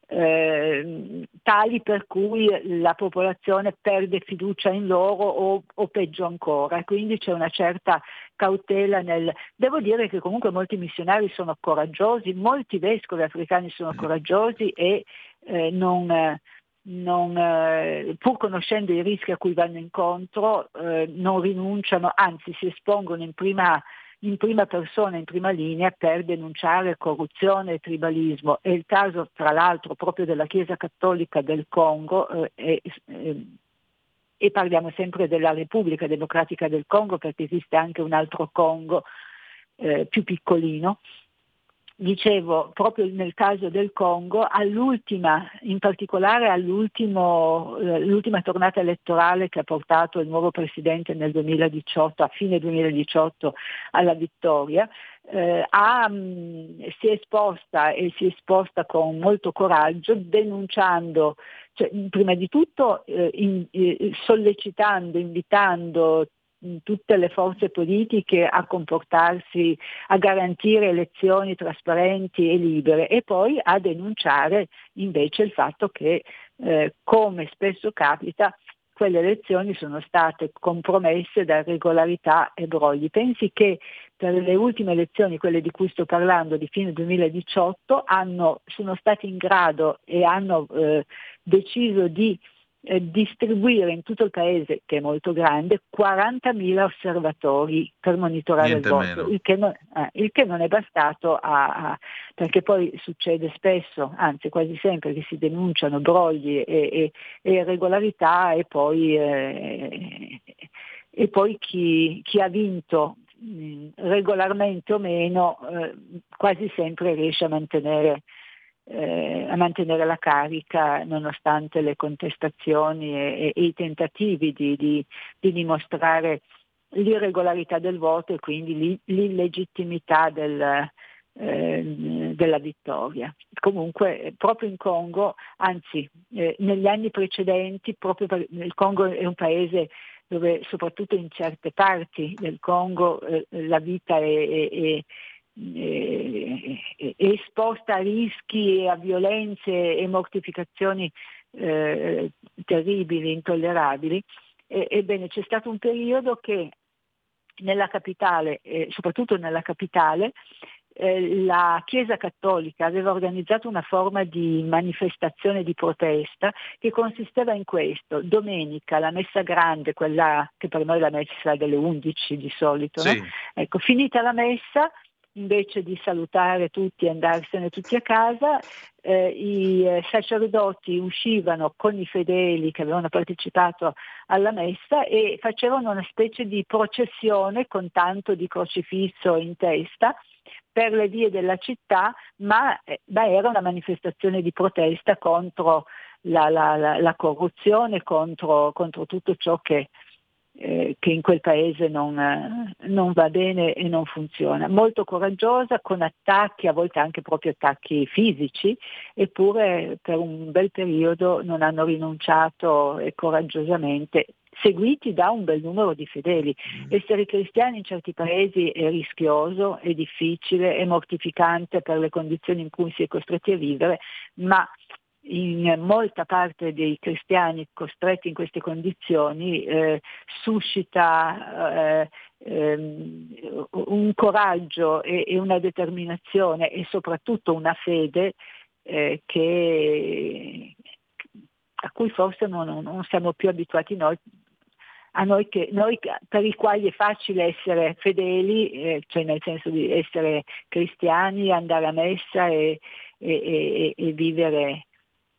Speaker 16: Eh, tali per cui la popolazione perde fiducia in loro o, o peggio ancora, quindi c'è una certa cautela nel... Devo dire che comunque molti missionari sono coraggiosi, molti vescovi africani sono coraggiosi e eh, non, non, eh, pur conoscendo i rischi a cui vanno incontro eh, non rinunciano, anzi si espongono in prima in prima persona, in prima linea per denunciare corruzione e tribalismo. È il caso tra l'altro proprio della Chiesa Cattolica del Congo eh, e, eh, e parliamo sempre della Repubblica Democratica del Congo perché esiste anche un altro Congo eh, più piccolino. Dicevo, proprio nel caso del Congo, all'ultima, in particolare all'ultimo, eh, l'ultima tornata elettorale che ha portato il nuovo presidente nel duemiladiciotto, a fine duemiladiciotto, alla vittoria, eh, ha, mh, si è esposta e si è esposta con molto coraggio, denunciando, cioè, prima di tutto eh, in, eh, sollecitando, invitando tutte le forze politiche a comportarsi, a garantire elezioni trasparenti e libere e poi a denunciare invece il fatto che, eh, come spesso capita, quelle elezioni sono state compromesse da irregolarità e brogli. Pensi che per le ultime elezioni, quelle di cui sto parlando, di fine duemiladiciotto, hanno, sono stati in grado e hanno eh, deciso di Eh, distribuire in tutto il paese, che è molto grande, quarantamila osservatori per monitorare Niente il voto, il che, non, eh, il che non è bastato a, a, perché poi succede spesso, anzi quasi sempre, che si denunciano brogli e, e, e irregolarità e poi, eh, e poi chi, chi ha vinto mh, regolarmente o meno eh, quasi sempre riesce a mantenere Eh, a mantenere la carica nonostante le contestazioni e, e i tentativi di, di, di dimostrare l'irregolarità del voto e quindi l'illegittimità del, eh, della vittoria. Comunque proprio in Congo, anzi eh, negli anni precedenti, proprio per, il Congo è un paese dove soprattutto in certe parti del Congo eh, la vita è, è, è è esposta a rischi e a violenze e mortificazioni eh, terribili, intollerabili. E, ebbene, c'è stato un periodo che nella capitale, eh, soprattutto nella capitale, eh, la Chiesa Cattolica aveva organizzato una forma di manifestazione di protesta che consisteva in questo: domenica la messa grande, quella che per noi la messa delle undici di solito, sì. no? Ecco, finita la messa, invece di salutare tutti e andarsene tutti a casa, eh, i eh, sacerdoti uscivano con i fedeli che avevano partecipato alla messa e facevano una specie di processione con tanto di crocifisso in testa per le vie della città, ma, eh, ma era una manifestazione di protesta contro la, la, la, la corruzione, contro, contro tutto ciò che Eh, che in quel paese non, eh, non va bene e non funziona. Molto coraggiosa, con attacchi, a volte anche proprio attacchi fisici, eppure per un bel periodo non hanno rinunciato e coraggiosamente, seguiti da un bel numero di fedeli. Essere cristiani in certi paesi è rischioso, è difficile, è mortificante per le condizioni in cui si è costretti a vivere, ma in molta parte dei cristiani costretti in queste condizioni eh, suscita eh, ehm, un coraggio e, e una determinazione e soprattutto una fede eh, che, a cui forse non, non siamo più abituati noi, a noi, che, noi per i quali è facile essere fedeli, eh, cioè nel senso di essere cristiani, andare a messa e, e, e, e vivere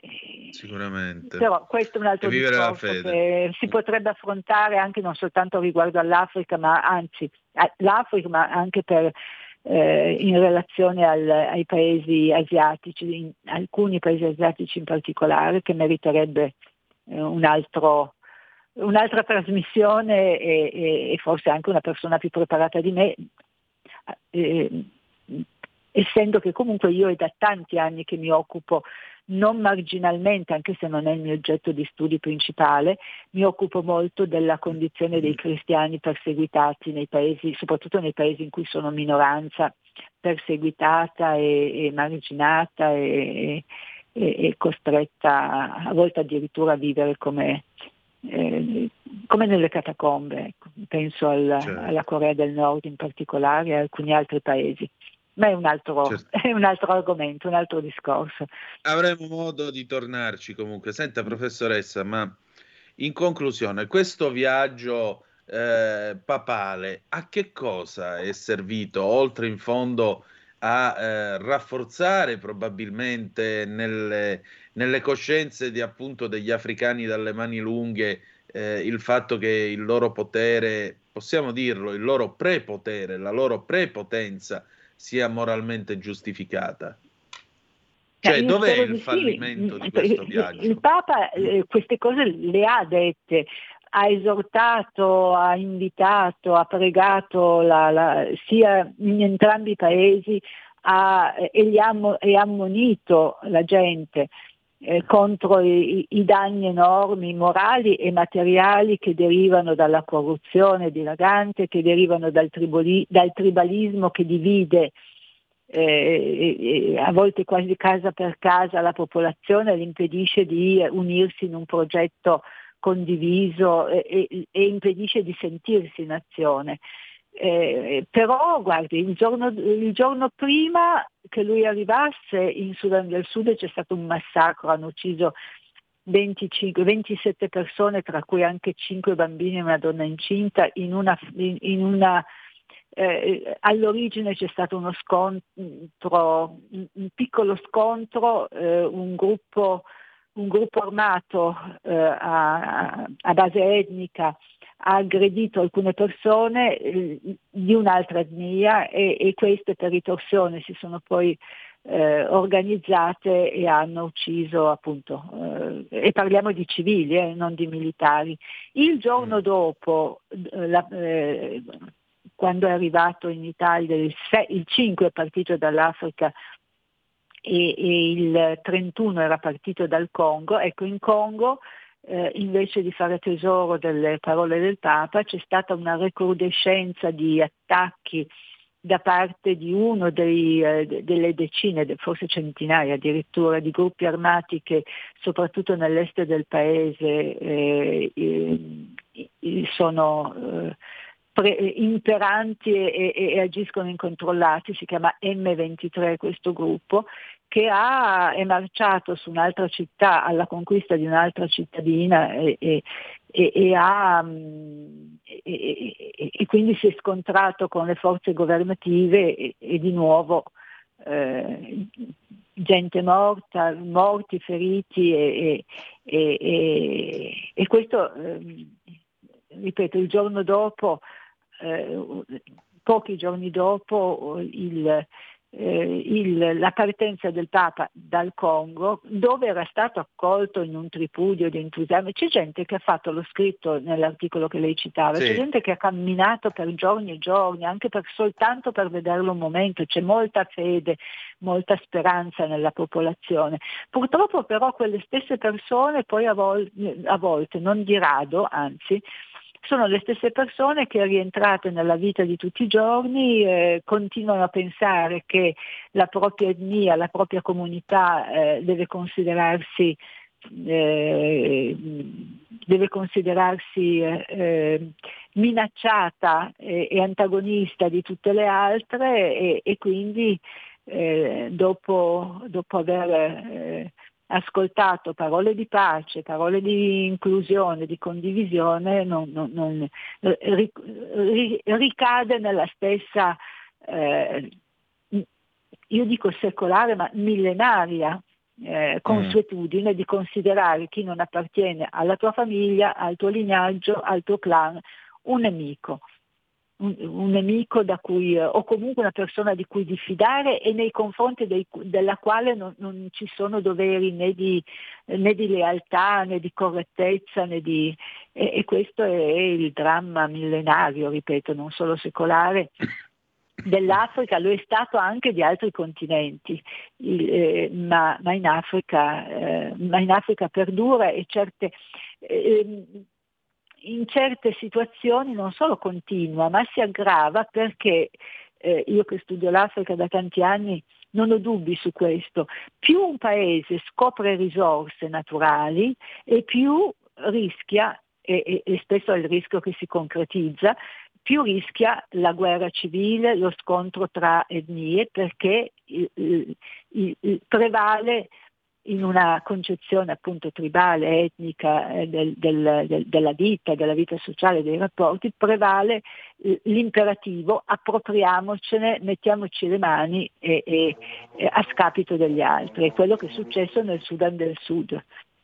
Speaker 5: Sicuramente.
Speaker 16: Però questo è un altro
Speaker 5: E vivere la
Speaker 16: discorso
Speaker 5: fede.
Speaker 16: che si potrebbe affrontare anche non soltanto riguardo all'Africa, ma anzi l'Africa, ma anche per, eh, in relazione al, ai paesi asiatici, in, alcuni paesi asiatici in particolare, che meriterebbe eh, un altro, un'altra trasmissione e, e, e forse anche una persona più preparata di me. Eh, essendo che comunque io è da tanti anni che mi occupo non marginalmente, anche se non è il mio oggetto di studi principale, mi occupo molto della condizione dei cristiani perseguitati nei paesi, soprattutto nei paesi in cui sono minoranza, perseguitata e, e marginata e, e, e costretta a volte addirittura a vivere come, eh, come nelle catacombe. Ecco. Penso al,
Speaker 5: certo.
Speaker 16: alla Corea del Nord in particolare e a alcuni altri paesi. Ma è un altro,
Speaker 5: Certo.
Speaker 16: è un altro argomento, un altro discorso.
Speaker 5: Avremo modo di tornarci comunque. Senta, professoressa, ma in conclusione, questo viaggio eh, papale a che cosa è servito, oltre in fondo a eh, rafforzare probabilmente nelle, nelle coscienze di, appunto, degli africani dalle mani lunghe eh, il fatto che il loro potere, possiamo dirlo, il loro prepotere, la loro prepotenza sia moralmente giustificata? Cioè,
Speaker 16: Io
Speaker 5: dov'è
Speaker 16: spero
Speaker 5: il
Speaker 16: di
Speaker 5: fallimento
Speaker 16: sì.
Speaker 5: di questo viaggio?
Speaker 16: Il Papa eh, queste cose le ha dette, ha esortato, ha invitato, ha pregato la, la, sia in entrambi i paesi ha, e, gli ha, e ha ammonito la gente eh, contro i, i danni enormi morali e materiali che derivano dalla corruzione dilagante, che derivano dal, triboli, dal tribalismo che divide Eh, a volte quasi casa per casa la popolazione, le impedisce di unirsi in un progetto condiviso e, e, e impedisce di sentirsi nazione. Eh, però guardi, il giorno, il giorno prima che lui arrivasse in Sudan del Sud c'è stato un massacro, hanno ucciso venticinque, ventisette persone, tra cui anche cinque bambini e una donna incinta in una, in, in una Eh, all'origine c'è stato uno scontro, un, un piccolo scontro, eh, un gruppo, un gruppo armato eh, a, a base etnica ha aggredito alcune persone eh, di un'altra etnia e, e queste per ritorsione si sono poi eh, organizzate e hanno ucciso appunto, eh, e parliamo di civili, eh, non di militari. Il giorno dopo eh, la, eh, quando è arrivato in Italia il, sei, il cinque è partito dall'Africa e, e il trentuno era partito dal Congo, ecco in Congo eh, invece di fare tesoro delle parole del Papa c'è stata una recrudescenza di attacchi da parte di uno dei, eh, delle decine, forse centinaia addirittura, di gruppi armati che soprattutto nell'est del paese eh, eh, sono eh, Pre- imperanti e, e, e agiscono incontrollati, si chiama emme ventitré questo gruppo, che ha, è marciato su un'altra città alla conquista di un'altra cittadina e, e, e, e, ha, e, e, e quindi si è scontrato con le forze governative e, e di nuovo eh, gente morta, morti, feriti e, e, e, e questo eh, ripeto il giorno dopo Eh, pochi giorni dopo il, eh, il, la partenza del Papa dal Congo, dove era stato accolto in un tripudio di entusiasmo. C'è gente che ha fatto, l'ho scritto nell'articolo che lei citava, sì. C'è gente che ha camminato per giorni e giorni, anche per, soltanto per vederlo un momento, c'è molta fede, molta speranza nella popolazione. Purtroppo però quelle stesse persone poi a, vol- a volte, non di rado, anzi, sono le stesse persone che rientrate nella vita di tutti i giorni eh, continuano a pensare che la propria etnia, la propria comunità eh, deve considerarsi eh, deve considerarsi eh, minacciata e, e antagonista di tutte le altre e, e quindi eh, dopo, dopo aver eh, ascoltato parole di pace, parole di inclusione, di condivisione, non, non, non, ricade nella stessa, eh, io dico secolare, ma millenaria eh, consuetudine di considerare chi non appartiene alla tua famiglia, al tuo lignaggio, al tuo clan, un nemico. Un, un nemico da cui, eh, o comunque una persona di cui diffidare e nei confronti dei, della quale non, non ci sono doveri né di, né di lealtà, né di correttezza, né di, e, e questo è il dramma millenario, ripeto, non solo secolare, dell'Africa, lo è stato anche di altri continenti, il, eh, ma, ma, in Africa, eh, ma in Africa perdura e certe... Eh, in certe situazioni non solo continua, ma si aggrava perché eh, io che studio l'Africa da tanti anni non ho dubbi su questo. Più un paese scopre risorse naturali e più rischia, e, e, e spesso è il rischio che si concretizza, più rischia la guerra civile, lo scontro tra etnie, perché il, il, il, prevale in una concezione appunto tribale, etnica eh, del, del, del, della vita, della vita sociale, dei rapporti, prevale eh, l'imperativo appropriamocene, mettiamoci le mani e, e, e a scapito degli altri. È quello che è successo nel Sudan del Sud.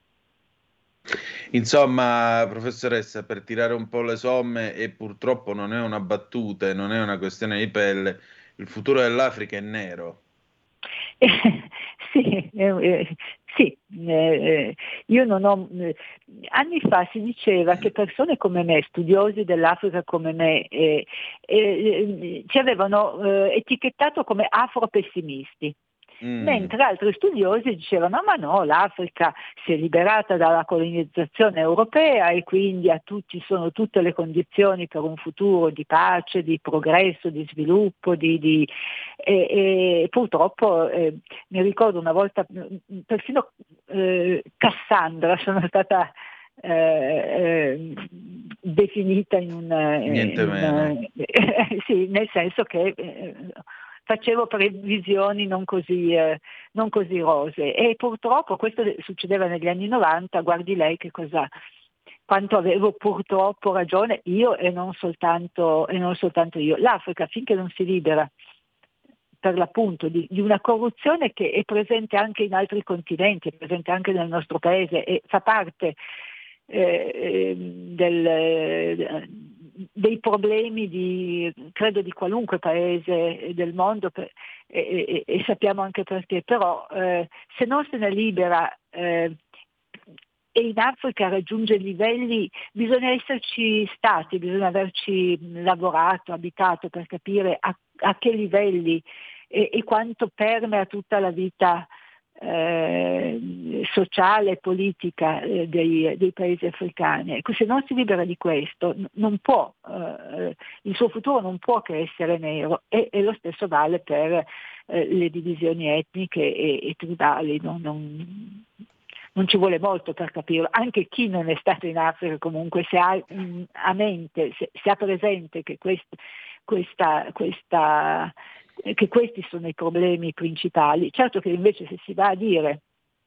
Speaker 5: Insomma, professoressa, per tirare un po' le somme, e purtroppo non è una battuta, non è una questione di pelle, il futuro dell'Africa è nero.
Speaker 16: Eh, sì, eh, sì eh, io non ho... Eh, anni fa si diceva che persone come me, studiosi dell'Africa come me, eh, eh, ci avevano eh, etichettato come afropessimisti. Mm. Mentre altri studiosi dicevano ma no, l'Africa si è liberata dalla colonizzazione europea e quindi a tutti sono tutte le condizioni per un futuro di pace, di progresso, di sviluppo, di, di, e, e purtroppo eh, mi ricordo una volta persino eh, Cassandra sono stata eh, eh, definita in un,
Speaker 5: niente
Speaker 16: in
Speaker 5: meno
Speaker 16: eh, sì, nel senso che eh, facevo previsioni non così, eh, non così rosee e purtroppo questo succedeva negli anni novanta, guardi lei che cosa, quanto avevo purtroppo ragione io e non soltanto, e non soltanto io. L'Africa finché non si libera per l'appunto di, di una corruzione che è presente anche in altri continenti, è presente anche nel nostro paese e fa parte eh, del... dei problemi di, credo, di qualunque paese del mondo per, e, e, e sappiamo anche perché, però eh, se non se ne libera eh, e in Africa raggiunge livelli, bisogna esserci stati, bisogna averci lavorato, abitato per capire a, a che livelli e, e quanto permea tutta la vita Eh, sociale e politica eh, dei, dei paesi africani. Ecco, se non si libera di questo non può, eh, il suo futuro non può che essere nero e, e lo stesso vale per eh, le divisioni etniche e, e tribali. Non, non, non ci vuole molto per capirlo, anche chi non è stato in Africa comunque se ha mh, a mente, se, se ha presente che quest, questa, questa che questi sono i problemi principali. Certo che invece se si va a dire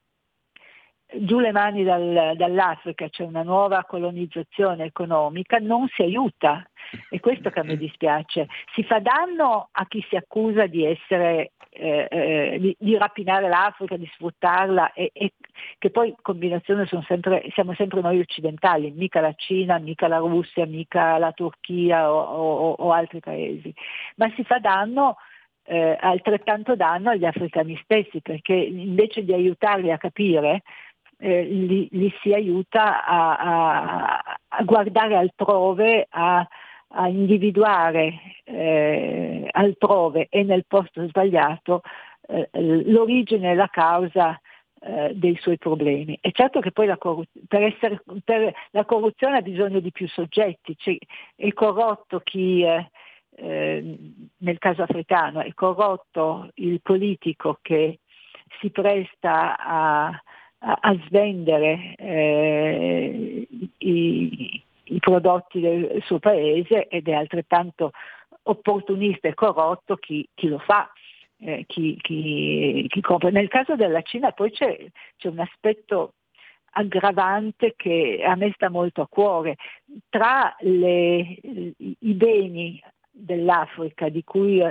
Speaker 16: giù le mani dal, dall'Africa, c'è una nuova colonizzazione economica, non si aiuta, e questo che a me dispiace. Si fa danno a chi si accusa di essere eh, eh, di, di rapinare l'Africa, di sfruttarla, e, e che poi combinazione sono sempre, siamo sempre noi occidentali, mica la Cina, mica la Russia, mica la Turchia o, o, o altri paesi, ma si fa danno eh, altrettanto danno agli africani stessi, perché invece di aiutarli a capire Eh, li, li si aiuta a, a, a guardare altrove, a, a individuare eh, altrove e nel posto sbagliato eh, l'origine e la causa eh, dei suoi problemi. È certo che poi la, corru- per essere, per la corruzione ha bisogno di più soggetti, cioè, è corrotto chi eh, eh, nel caso africano è corrotto il politico che si presta a a svendere eh, i, i prodotti del suo paese, ed è altrettanto opportunista e corrotto chi, chi lo fa, eh, chi, chi, chi compra. Nel caso della Cina poi c'è, c'è un aspetto aggravante che a me sta molto a cuore. Tra le, i beni dell'Africa di cui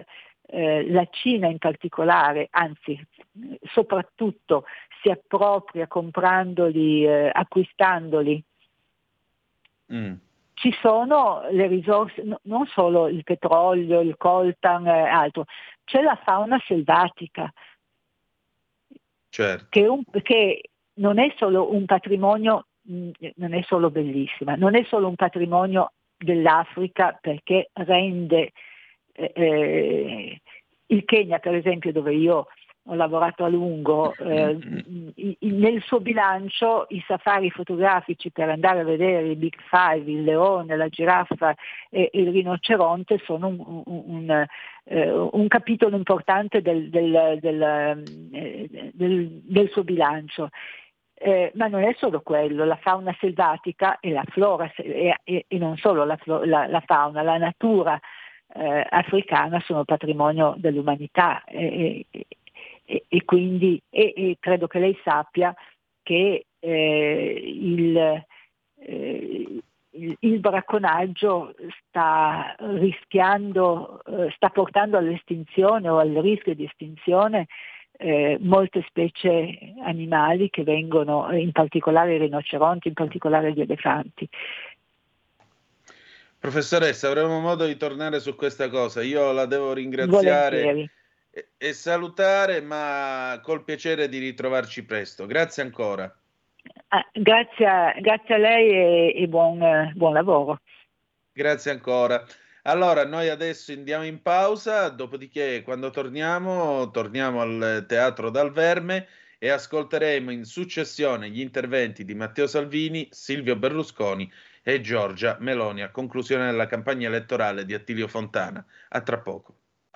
Speaker 16: eh, la Cina in particolare, anzi soprattutto si appropria comprandoli, eh, acquistandoli.
Speaker 5: Mm.
Speaker 16: Ci sono le risorse, no, non solo il petrolio, il coltan e eh, altro, c'è la fauna selvatica,
Speaker 5: certo.
Speaker 16: che, un, che non è solo un patrimonio, mh, non è solo bellissima, non è solo un patrimonio dell'Africa, perché rende eh, eh, il Kenya, per esempio, dove io ho lavorato a lungo, eh, nel suo bilancio i safari fotografici per andare a vedere i Big Five, il leone, la giraffa e il rinoceronte sono un, un, un, eh, un capitolo importante del, del, del, del, del suo bilancio. Eh, ma non è solo quello, la fauna selvatica e la flora, e, e, e non solo la, la, la fauna, la natura eh, africana sono patrimonio dell'umanità. E, e, E, e quindi e, e credo che lei sappia che eh, il, eh, il, il bracconaggio sta rischiando, eh, sta portando all'estinzione o al rischio di estinzione eh, molte specie animali che vengono, in particolare i rinoceronti, in particolare gli elefanti.
Speaker 5: Professoressa, avremo modo di tornare su questa cosa. Io la devo ringraziare.
Speaker 16: Volentieri.
Speaker 5: E salutare, ma col piacere di ritrovarci presto. Grazie ancora.
Speaker 16: Ah, grazie, a, grazie a lei e, e buon, eh, buon lavoro.
Speaker 5: Grazie ancora. Allora, noi adesso andiamo in pausa, dopodiché quando torniamo, torniamo al Teatro Dal Verme e ascolteremo in successione gli interventi di Matteo Salvini, Silvio Berlusconi e Giorgia Meloni a conclusione della campagna elettorale di Attilio Fontana. A tra poco.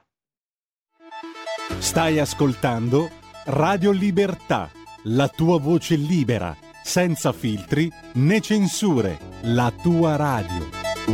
Speaker 1: Stai ascoltando Radio Libertà, la tua voce libera, senza filtri né censure, la tua radio.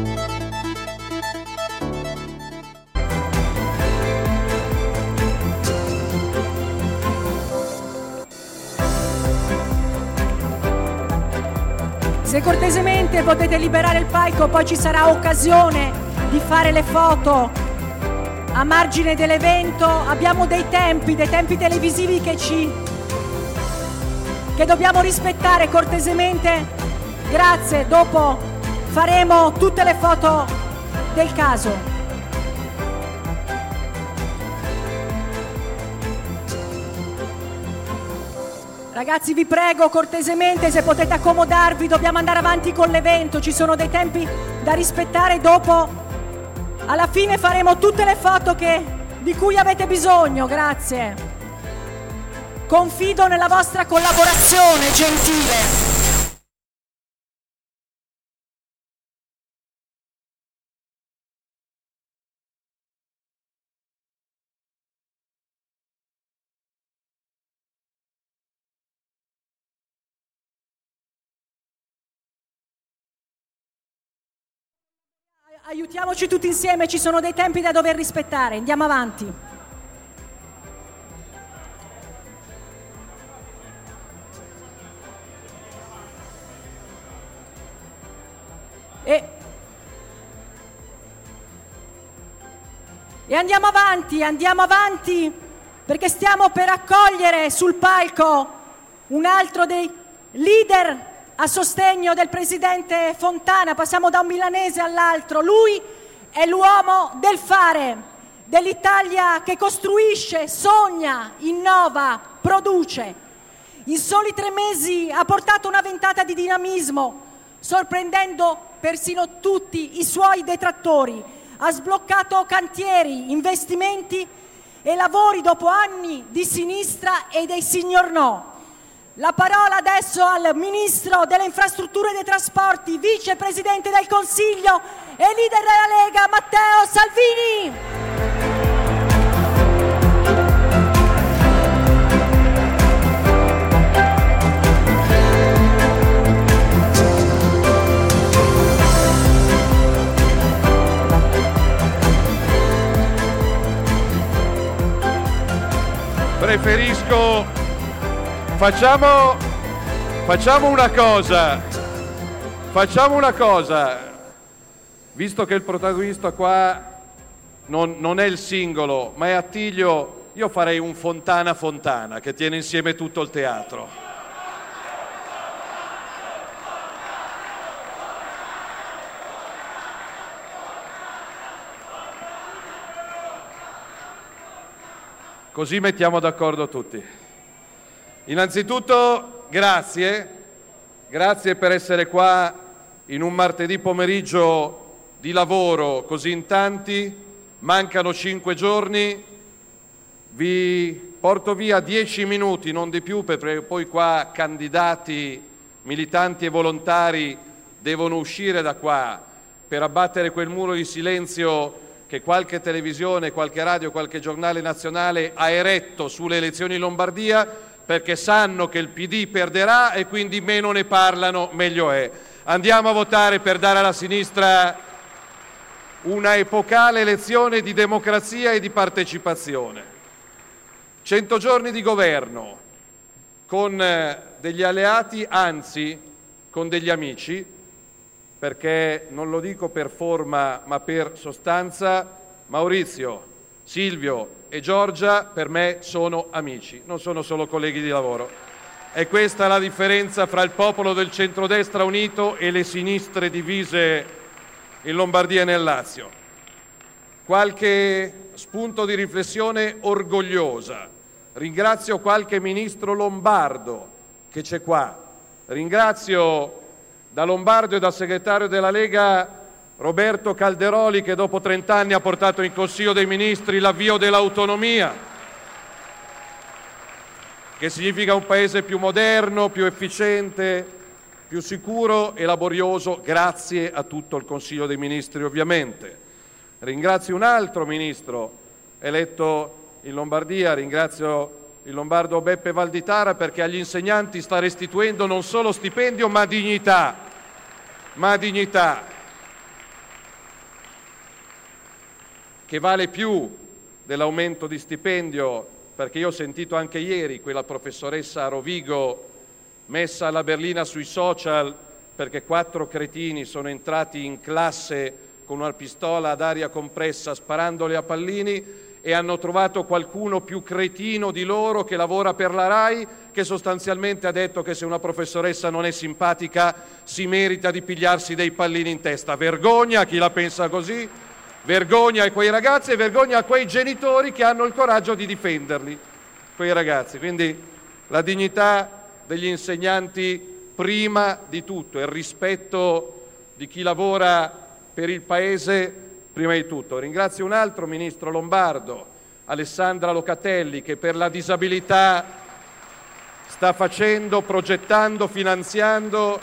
Speaker 17: Se cortesemente potete liberare il palco, poi ci sarà occasione di fare le foto a margine dell'evento. Abbiamo dei tempi, dei tempi televisivi che ci che dobbiamo rispettare cortesemente. Grazie, dopo faremo tutte le foto del caso. Ragazzi, vi prego cortesemente, se potete accomodarvi, dobbiamo andare avanti con l'evento, ci sono dei tempi da rispettare. Dopo alla fine faremo tutte le foto che, di cui avete bisogno, grazie. Confido nella vostra collaborazione gentile. Aiutiamoci tutti insieme, ci sono dei tempi da dover rispettare. Andiamo avanti. E, e andiamo avanti, andiamo avanti, perché stiamo per accogliere sul palco un altro dei leader a sostegno del presidente Fontana. Passiamo da un milanese all'altro. Lui è l'uomo del fare, dell'Italia che costruisce, sogna, innova, produce. In soli tre mesi ha portato una ventata di dinamismo, sorprendendo persino tutti i suoi detrattori. Ha sbloccato cantieri, investimenti e lavori dopo anni di sinistra e dei signor no. La parola adesso al Ministro delle Infrastrutture e dei Trasporti, Vicepresidente del Consiglio e leader della Lega, Matteo Salvini.
Speaker 2: Preferisco facciamo facciamo una cosa facciamo una cosa visto che il protagonista qua non, non è il singolo, ma è Attilio, io farei un Fontana Fontana che tiene insieme tutto il teatro. Così mettiamo d'accordo tutti. Innanzitutto grazie, grazie per essere qua in un martedì pomeriggio di lavoro così in tanti, mancano cinque giorni, vi porto via dieci minuti, non di più, perché poi qua candidati, militanti e volontari devono uscire da qua per abbattere quel muro di silenzio che qualche televisione, qualche radio, qualche giornale nazionale ha eretto sulle elezioni in Lombardia, perché sanno che il P D perderà e quindi meno ne parlano, meglio è. Andiamo a votare per dare alla sinistra una epocale lezione di democrazia e di partecipazione. Cento giorni di governo con degli alleati, anzi con degli amici, perché non lo dico per forma ma per sostanza, Maurizio, Silvio e Giorgia per me sono amici, non sono solo colleghi di lavoro. E questa è la differenza fra il popolo del centrodestra unito e le sinistre divise in Lombardia e nel Lazio. Qualche spunto di riflessione orgogliosa. Ringrazio qualche ministro lombardo che c'è qua. Ringrazio da lombardo e da segretario della Lega Roberto Calderoli, che dopo trent'anni ha portato in Consiglio dei Ministri l'avvio dell'autonomia, che significa un paese più moderno, più efficiente, più sicuro e laborioso, grazie a tutto il Consiglio dei Ministri ovviamente. Ringrazio un altro ministro eletto in Lombardia, ringrazio il lombardo Beppe Valditara, perché agli insegnanti sta restituendo non solo stipendio ma dignità, ma dignità che vale più dell'aumento di stipendio, perché io ho sentito anche ieri quella professoressa Rovigo messa alla berlina sui social perché quattro cretini sono entrati in classe con una pistola ad aria compressa sparandole a pallini e hanno trovato qualcuno più cretino di loro che lavora per la RAI, che sostanzialmente ha detto che se una professoressa non è simpatica si merita di pigliarsi dei pallini in testa. Vergogna a chi la pensa così, vergogna a quei ragazzi e vergogna a quei genitori che hanno il coraggio di difenderli, quei ragazzi. Quindi la dignità degli insegnanti prima di tutto, il rispetto di chi lavora per il Paese prima di tutto. Ringrazio un altro ministro lombardo, Alessandra Locatelli, che per la disabilità sta facendo, progettando, finanziando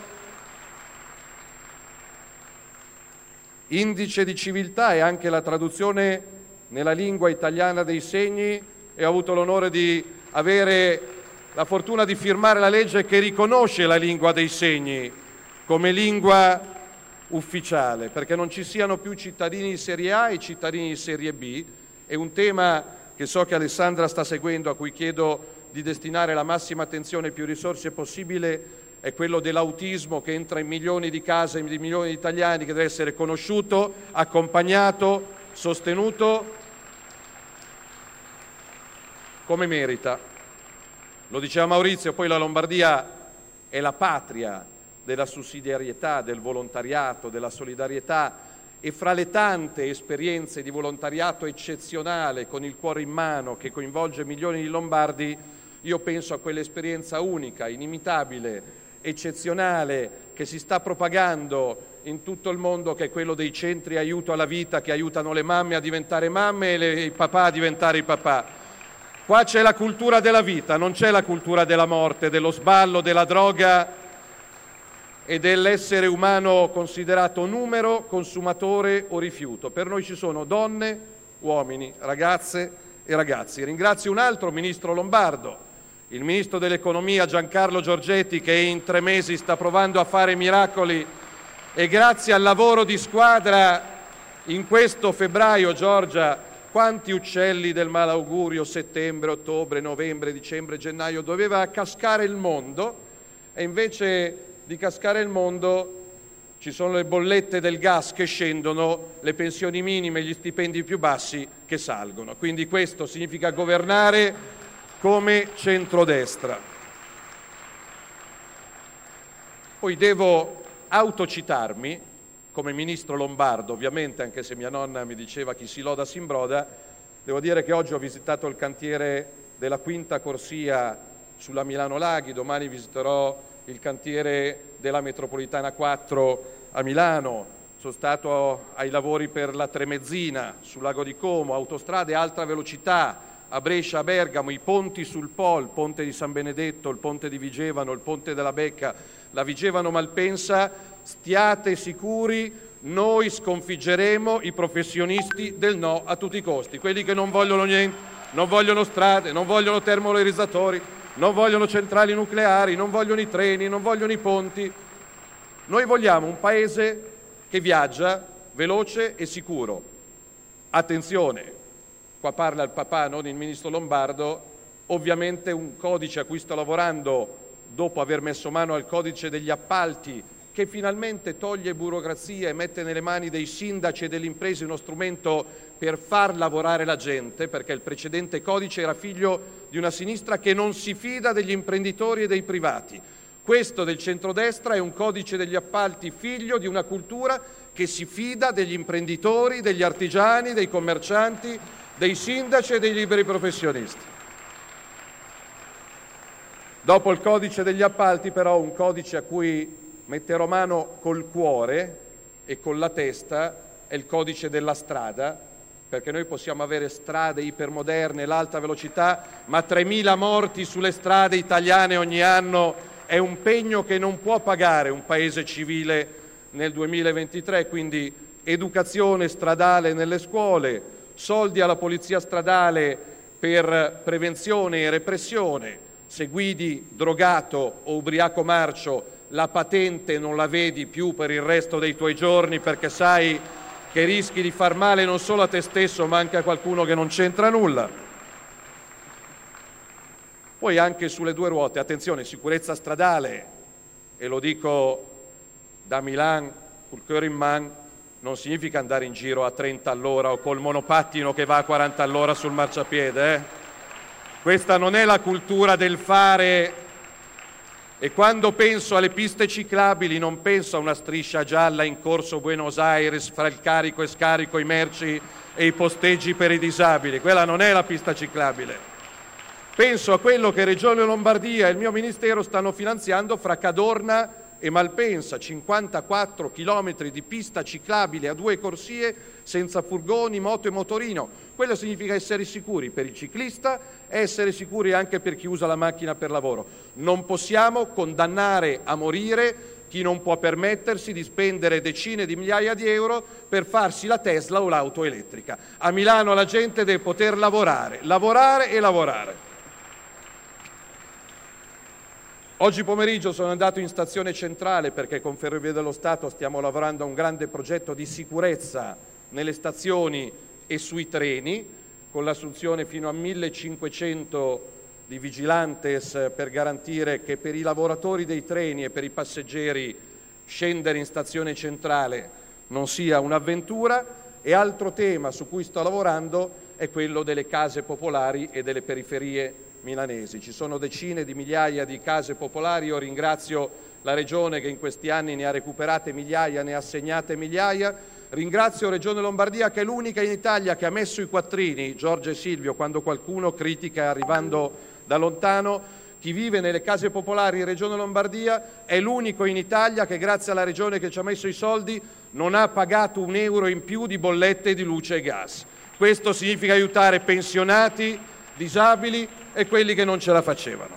Speaker 2: indice di civiltà e anche la traduzione nella lingua italiana dei segni, e ho avuto l'onore di avere la fortuna di firmare la legge che riconosce la lingua dei segni come lingua ufficiale, perché non ci siano più cittadini di serie A e cittadini di serie B. È un tema che so che Alessandra sta seguendo, a cui chiedo di destinare la massima attenzione e più risorse possibile, è quello dell'autismo, che entra in milioni di case, in milioni di italiani, che deve essere conosciuto, accompagnato, sostenuto come merita. Lo diceva Maurizio, poi la Lombardia è la patria della sussidiarietà, del volontariato, della solidarietà, e fra le tante esperienze di volontariato eccezionale con il cuore in mano che coinvolge milioni di lombardi, io penso a quell'esperienza unica, inimitabile, eccezionale, che si sta propagando in tutto il mondo, che è quello dei centri aiuto alla vita, che aiutano le mamme a diventare mamme e le, i papà a diventare i papà. Qua c'è la cultura della vita, non c'è la cultura della morte, dello sballo, della droga e dell'essere umano considerato numero, consumatore o rifiuto. Per noi ci sono donne, uomini, ragazze e ragazzi. Ringrazio un altro ministro lombardo, il ministro dell'economia Giancarlo Giorgetti, che in tre mesi sta provando a fare miracoli, e grazie al lavoro di squadra in questo febbraio, Giorgia, quanti uccelli del malaugurio, settembre, ottobre, novembre, dicembre, gennaio, doveva cascare il mondo, e invece di cascare il mondo ci sono le bollette del gas che scendono, le pensioni minime e gli stipendi più bassi che salgono. Quindi questo significa governare come centrodestra. Poi devo autocitarmi, come ministro lombardo ovviamente, anche se mia nonna mi diceva chi si loda si imbroda, devo dire che oggi ho visitato il cantiere della quinta corsia sulla Milano Laghi, domani visiterò il cantiere della metropolitana quattro a Milano, sono stato ai lavori per la Tremezzina sul lago di Como, autostrade a alta velocità a Brescia, a Bergamo, i ponti sul Po, il ponte di San Benedetto, il ponte di Vigevano, il ponte della Becca, la Vigevano-Malpensa. Stiate sicuri, noi sconfiggeremo i professionisti del no a tutti i costi, quelli che non vogliono niente, non vogliono strade, non vogliono termovalorizzatori, non vogliono centrali nucleari, non vogliono i treni, non vogliono i ponti. Noi vogliamo un paese che viaggia veloce e sicuro. Attenzione, qua parla il papà, non il ministro Lombardo, ovviamente un codice a cui sto lavorando dopo aver messo mano al codice degli appalti, che finalmente toglie burocrazia e mette nelle mani dei sindaci e delle imprese uno strumento per far lavorare la gente, perché il precedente codice era figlio di una sinistra che non si fida degli imprenditori e dei privati. Questo del centrodestra è un codice degli appalti figlio di una cultura che si fida degli imprenditori, degli artigiani, dei commercianti, dei sindaci e dei liberi professionisti. Dopo il codice degli appalti, però, un codice a cui metterò mano col cuore e con la testa è il codice della strada, perché noi possiamo avere strade ipermoderne, l'alta velocità, ma tremila morti sulle strade italiane ogni anno è un pegno che non può pagare un paese civile nel duemilaventitré, quindi educazione stradale nelle scuole, soldi alla polizia stradale per prevenzione e repressione. Se guidi drogato o ubriaco marcio, la patente non la vedi più per il resto dei tuoi giorni, perché sai che rischi di far male non solo a te stesso ma anche a qualcuno che non c'entra nulla. Poi anche sulle due ruote, attenzione, sicurezza stradale, e lo dico da Milan, col cuore in man, non significa andare in giro a trenta all'ora o col monopattino che va a quaranta all'ora sul marciapiede, eh? Questa non è la cultura del fare. E quando penso alle piste ciclabili non penso a una striscia gialla in corso Buenos Aires fra il carico e scarico, i merci e i posteggi per i disabili. Quella non è la pista ciclabile. Penso a quello che Regione Lombardia e il mio Ministero stanno finanziando fra Cadorna e Malpensa, cinquantaquattro chilometri di pista ciclabile a due corsie senza furgoni, moto e motorino. Quello significa essere sicuri per il ciclista e essere sicuri anche per chi usa la macchina per lavoro. Non possiamo condannare a morire chi non può permettersi di spendere decine di migliaia di euro per farsi la Tesla o l'auto elettrica. A Milano la gente deve poter lavorare, lavorare e lavorare. Oggi pomeriggio sono andato in stazione centrale perché con Ferrovie dello Stato stiamo lavorando a un grande progetto di sicurezza nelle stazioni e sui treni, con l'assunzione fino a millecinquecento di vigilantes per garantire che per i lavoratori dei treni e per i passeggeri scendere in stazione centrale non sia un'avventura. E altro tema su cui sto lavorando è quello delle case popolari e delle periferie milanesi. Ci sono decine di migliaia di case popolari, io ringrazio la Regione che in questi anni ne ha recuperate migliaia, ne ha assegnate migliaia. Ringrazio Regione Lombardia che è l'unica in Italia che ha messo i quattrini, Giorgia e Silvio, quando qualcuno critica arrivando da lontano. Chi vive nelle case popolari in Regione Lombardia è l'unico in Italia che grazie alla Regione che ci ha messo i soldi non ha pagato un euro in più di bollette di luce e gas. Questo significa aiutare pensionati, disabili e quelli che non ce la facevano.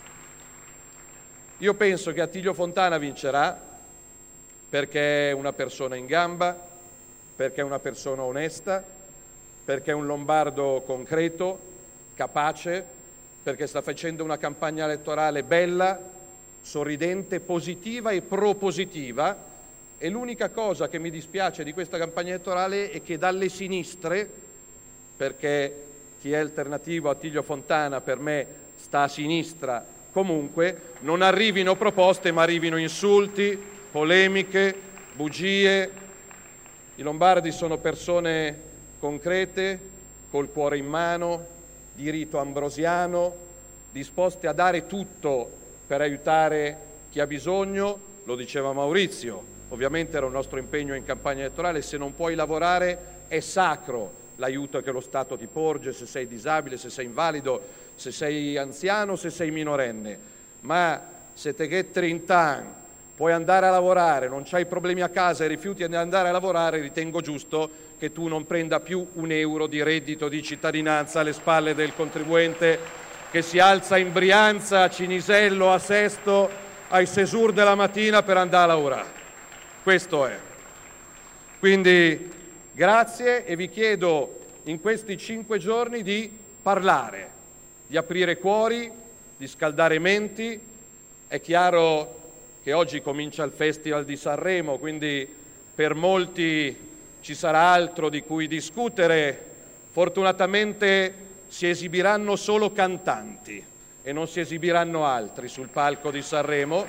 Speaker 2: Io penso che Attilio Fontana vincerà perché è una persona in gamba, perché è una persona onesta, perché è un lombardo concreto, capace, perché sta facendo una campagna elettorale bella, sorridente, positiva e propositiva. E l'unica cosa che mi dispiace di questa campagna elettorale è che dalle sinistre, perché chi è alternativo a Attilio Fontana per me sta a sinistra comunque, non arrivino proposte ma arrivino insulti, polemiche, bugie. I lombardi sono persone concrete, col cuore in mano, di rito ambrosiano, disposte a dare tutto per aiutare chi ha bisogno. Lo diceva Maurizio, ovviamente era un nostro impegno in campagna elettorale: se non puoi lavorare è sacro l'aiuto che lo Stato ti porge, se sei disabile, se sei invalido, se sei anziano, se sei minorenne. Ma se te che trent'anni puoi andare a lavorare, non c'hai problemi a casa e rifiuti di andare a lavorare, ritengo giusto che tu non prenda più un euro di reddito di cittadinanza alle spalle del contribuente che si alza in Brianza, a Cinisello, a Sesto, ai Sesur della mattina per andare a lavorare. Questo è. Quindi grazie, e vi chiedo in questi cinque giorni di parlare, di aprire cuori, di scaldare menti. È chiaro che oggi comincia il Festival di Sanremo, quindi per molti ci sarà altro di cui discutere. Fortunatamente si esibiranno solo cantanti e non si esibiranno altri sul palco di Sanremo.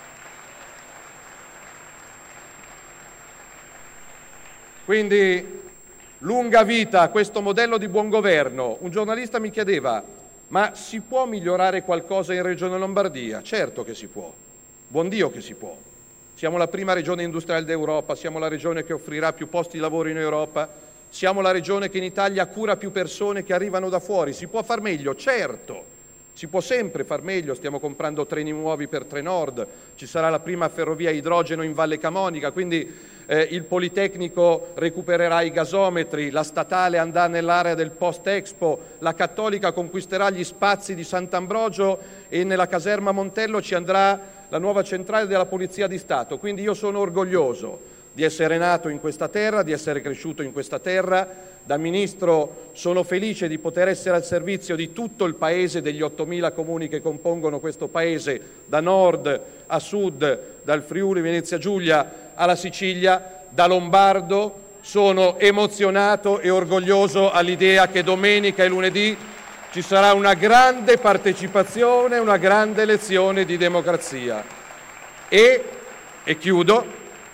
Speaker 2: Quindi lunga vita a questo modello di buon governo. Un giornalista mi chiedeva: ma si può migliorare qualcosa in Regione Lombardia? Certo che si può, buon Dio che si può. Siamo la prima regione industriale d'Europa, siamo la regione che offrirà più posti di lavoro in Europa, siamo la regione che in Italia cura più persone che arrivano da fuori. Si può far meglio? Certo, si può sempre far meglio. Stiamo comprando treni nuovi per Trenord, ci sarà la prima ferrovia a idrogeno in Valle Camonica, quindi eh, il Politecnico recupererà i gasometri, la statale andrà nell'area del post-Expo, la Cattolica conquisterà gli spazi di Sant'Ambrogio e nella caserma Montello ci andrà la nuova centrale della Polizia di Stato. Quindi io sono orgoglioso di essere nato in questa terra, di essere cresciuto in questa terra. Da ministro sono felice di poter essere al servizio di tutto il paese, degli ottomila comuni che compongono questo paese, da nord a sud, dal Friuli Venezia Giulia alla Sicilia. Da lombardo sono emozionato e orgoglioso all'idea che domenica e lunedì ci sarà una grande partecipazione, una grande lezione di democrazia. E, e chiudo,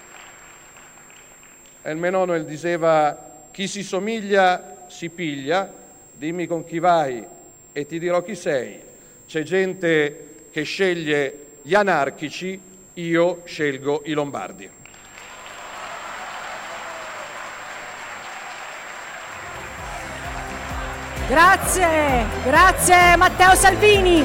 Speaker 2: il mio nonno diceva: chi si somiglia si piglia, dimmi con chi vai e ti dirò chi sei. C'è gente che sceglie gli anarchici, io scelgo i lombardi.
Speaker 17: Grazie, grazie Matteo Salvini.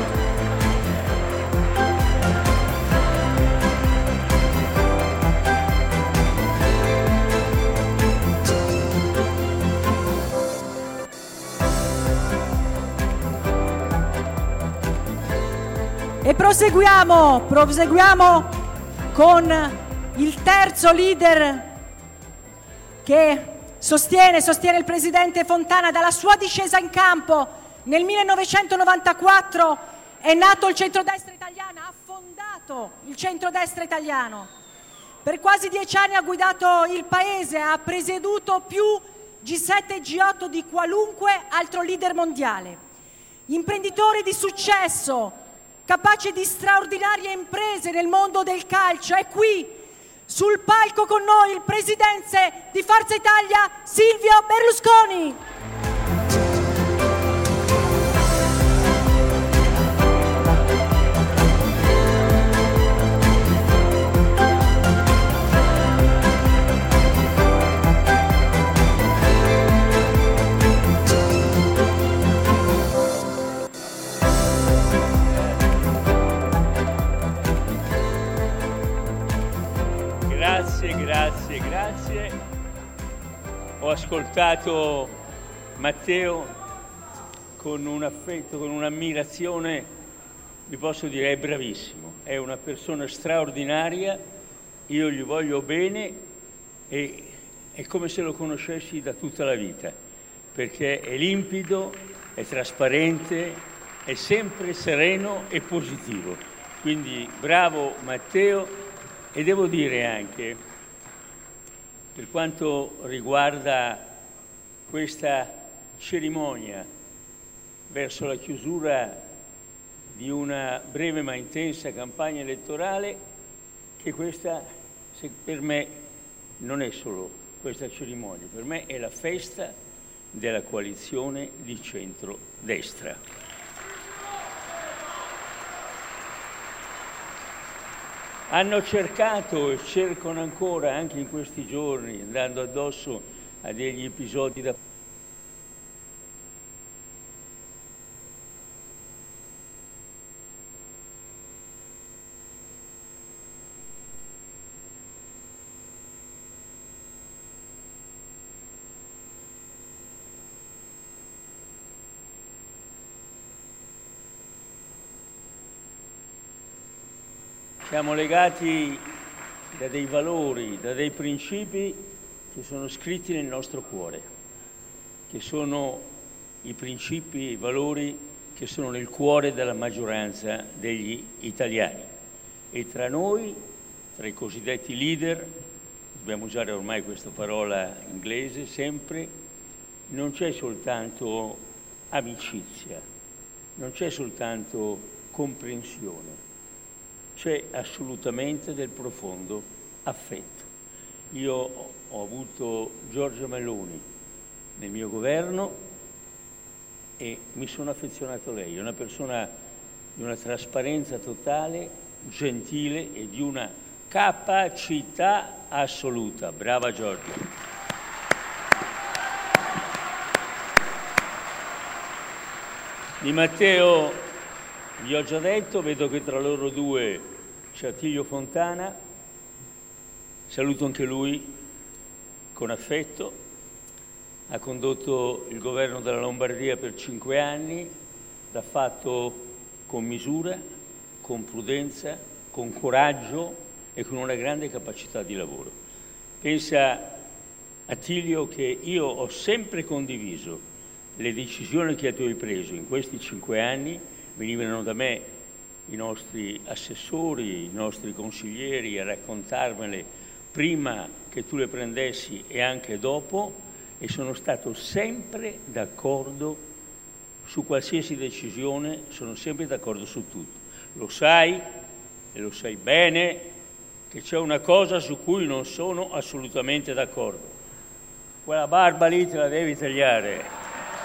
Speaker 17: E proseguiamo, proseguiamo con il terzo leader che Sostiene, sostiene il presidente Fontana. Dalla sua discesa in campo nel millenovecentonovantaquattro è nato il centrodestra italiano, ha fondato il centrodestra italiano. Per quasi dieci anni ha guidato il paese, ha presieduto più G sette e G otto di qualunque altro leader mondiale. Imprenditore di successo, capace di straordinarie imprese nel mondo del calcio, è qui sul palco con noi il presidente di Forza Italia, Silvio Berlusconi.
Speaker 18: Grazie, grazie, grazie. Ho ascoltato Matteo con un affetto, con un'ammirazione, vi posso dire, è bravissimo, è una persona straordinaria, io gli voglio bene e è come se lo conoscessi da tutta la vita, perché è limpido, è trasparente, è sempre sereno e positivo. Quindi bravo Matteo. E devo dire anche, per quanto riguarda questa cerimonia verso la chiusura di una breve ma intensa campagna elettorale, che questa per me non è solo questa cerimonia, per me è la festa della coalizione di centrodestra. Hanno cercato e cercano ancora, anche in questi giorni, andando addosso a degli episodi da Siamo legati da dei valori, da dei principi che sono scritti nel nostro cuore, che sono i principi e i valori che sono nel cuore della maggioranza degli italiani. E tra noi, tra i cosiddetti leader, dobbiamo usare ormai questa parola inglese sempre, non c'è soltanto amicizia, non c'è soltanto comprensione, c'è assolutamente del profondo affetto. Io ho avuto Giorgia Meloni nel mio governo e mi sono affezionato a lei, è una persona di una trasparenza totale, gentile e di una capacità assoluta. Brava Giorgia. Di Matteo vi ho già detto, vedo che tra loro due c'è Attilio Fontana, saluto anche lui con affetto, ha condotto il governo della Lombardia per cinque anni, l'ha fatto con misura, con prudenza, con coraggio e con una grande capacità di lavoro. Pensa, Attilio, che io ho sempre condiviso le decisioni che tu hai preso in questi cinque anni. Venivano da me i nostri assessori, i nostri consiglieri a raccontarmele prima che tu le prendessi e anche dopo, e sono stato sempre d'accordo su qualsiasi decisione, sono sempre d'accordo su tutto. Lo sai, e lo sai bene, che c'è una cosa su cui non sono assolutamente d'accordo. Quella barba lì te la devi tagliare.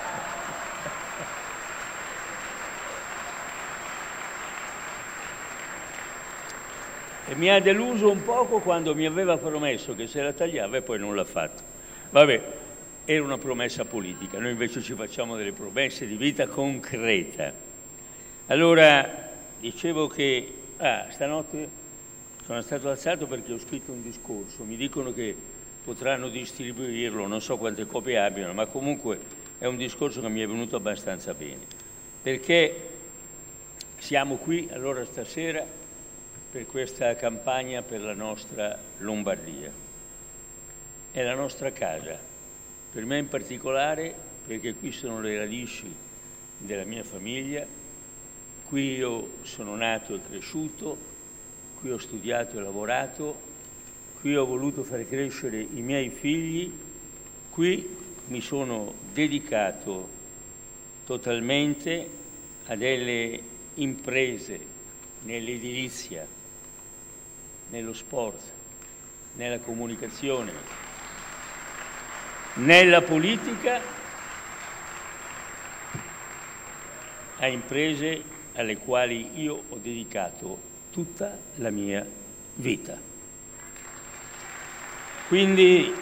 Speaker 18: E mi ha deluso un poco quando mi aveva promesso che se la tagliava e poi non l'ha fatto. Vabbè, era una promessa politica, noi invece ci facciamo delle promesse di vita concreta. Allora, dicevo che ah, stanotte sono stato alzato perché ho scritto un discorso, mi dicono che potranno distribuirlo, non so quante copie abbiano, ma comunque è un discorso che mi è venuto abbastanza bene, perché siamo qui allora stasera per questa campagna per la nostra Lombardia. È la nostra casa, per me in particolare, perché qui sono le radici della mia famiglia, qui io sono nato e cresciuto, qui ho studiato e lavorato, qui ho voluto far crescere i miei figli, qui mi sono dedicato totalmente a delle imprese nell'edilizia, nello sport, nella comunicazione, nella politica, a imprese alle quali io ho dedicato tutta la mia vita. Quindi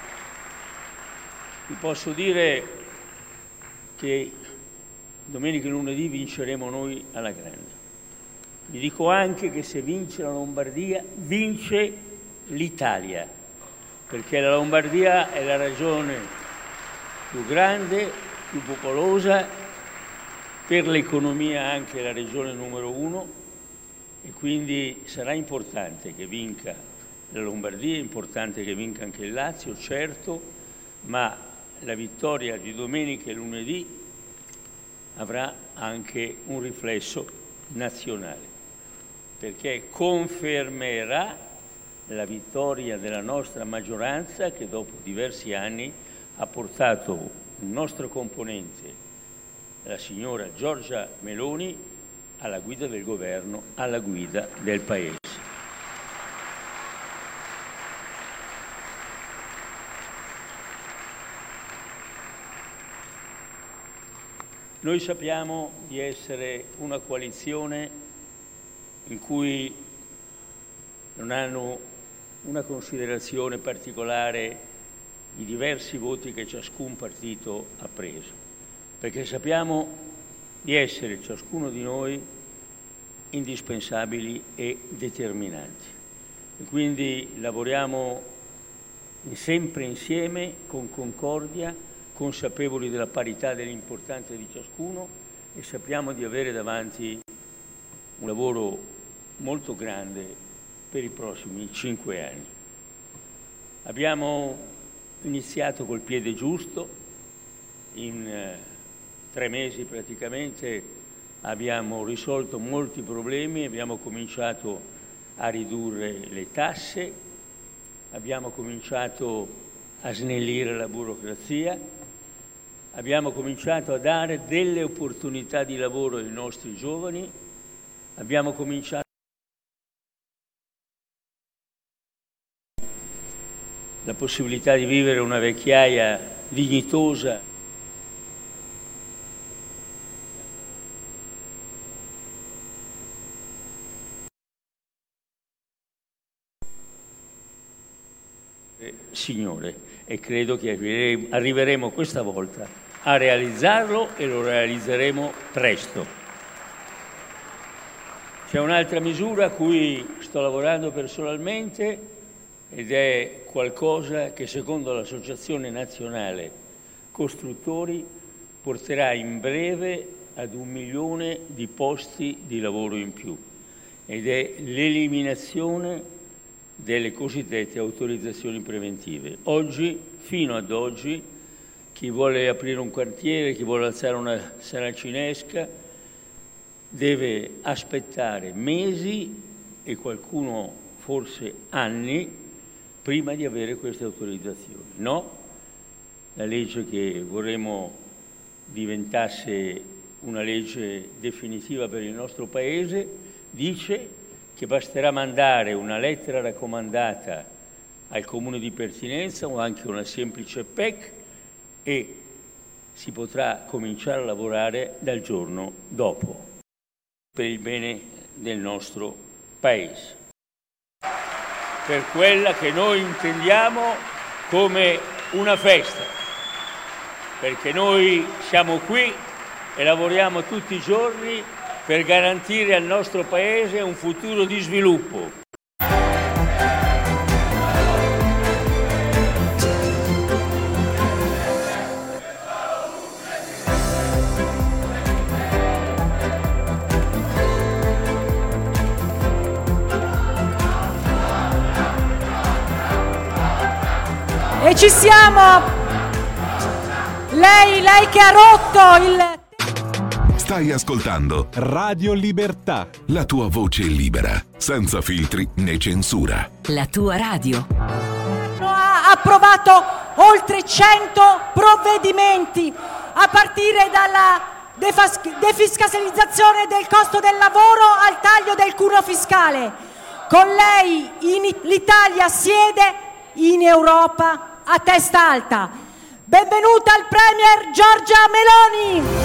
Speaker 18: vi posso dire che domenica e lunedì vinceremo noi alla grande. Vi dico anche che se vince la Lombardia, vince l'Italia, perché la Lombardia è la regione più grande, più popolosa, per l'economia anche la regione numero uno, e quindi sarà importante che vinca la Lombardia, è importante che vinca anche il Lazio, certo, ma la vittoria di domenica e lunedì avrà anche un riflesso nazionale, perché confermerà la vittoria della nostra maggioranza che dopo diversi anni ha portato un nostro componente, la signora Giorgia Meloni, alla guida del governo, alla guida del Paese. Noi sappiamo di essere una coalizione in cui non hanno una considerazione particolare i diversi voti che ciascun partito ha preso, perché sappiamo di essere ciascuno di noi indispensabili e determinanti. E quindi lavoriamo sempre insieme, con concordia, consapevoli della parità e dell'importanza di ciascuno, e sappiamo di avere davanti un lavoro molto grande per i prossimi cinque anni. Abbiamo iniziato col piede giusto, in eh, tre mesi praticamente abbiamo risolto molti problemi, abbiamo cominciato a ridurre le tasse, abbiamo cominciato a snellire la burocrazia, abbiamo cominciato a dare delle opportunità di lavoro ai nostri giovani, abbiamo cominciato la possibilità di vivere una vecchiaia dignitosa. Signore, e credo che arriveremo questa volta a realizzarlo e lo realizzeremo presto. C'è un'altra misura a cui sto lavorando personalmente ed è qualcosa che secondo l'Associazione Nazionale Costruttori porterà in breve ad un milione di posti di lavoro in più, ed è l'eliminazione delle cosiddette autorizzazioni preventive. Oggi, fino ad oggi, chi vuole aprire un quartiere, chi vuole alzare una saracinesca, deve aspettare mesi e qualcuno forse anni prima di avere queste autorizzazioni. No, la legge che vorremmo diventasse una legge definitiva per il nostro Paese dice che basterà mandare una lettera raccomandata al comune di pertinenza o anche una semplice P E C e si potrà cominciare a lavorare dal giorno dopo per il bene del nostro Paese, per quella che noi intendiamo come una festa, perché noi siamo qui e lavoriamo tutti i giorni per garantire al nostro Paese un futuro di sviluppo.
Speaker 17: E ci siamo! Lei, lei che ha rotto il...
Speaker 14: Stai ascoltando
Speaker 1: Radio Libertà,
Speaker 14: la tua voce libera, senza filtri né censura.
Speaker 15: La tua radio.
Speaker 17: Ha approvato oltre cento provvedimenti, a partire dalla defas- defiscalizzazione del costo del lavoro al taglio del cuneo fiscale. Con lei in, l'Italia siede in Europa a testa alta. Benvenuta al Premier Giorgia Meloni!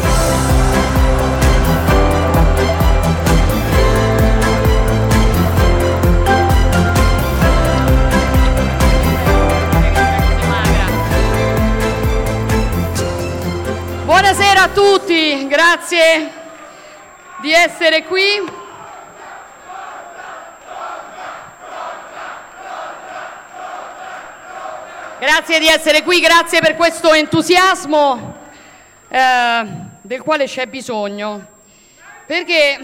Speaker 19: Buonasera a tutti, grazie di essere qui. Grazie di essere qui, grazie per questo entusiasmo eh, del quale c'è bisogno. Perché,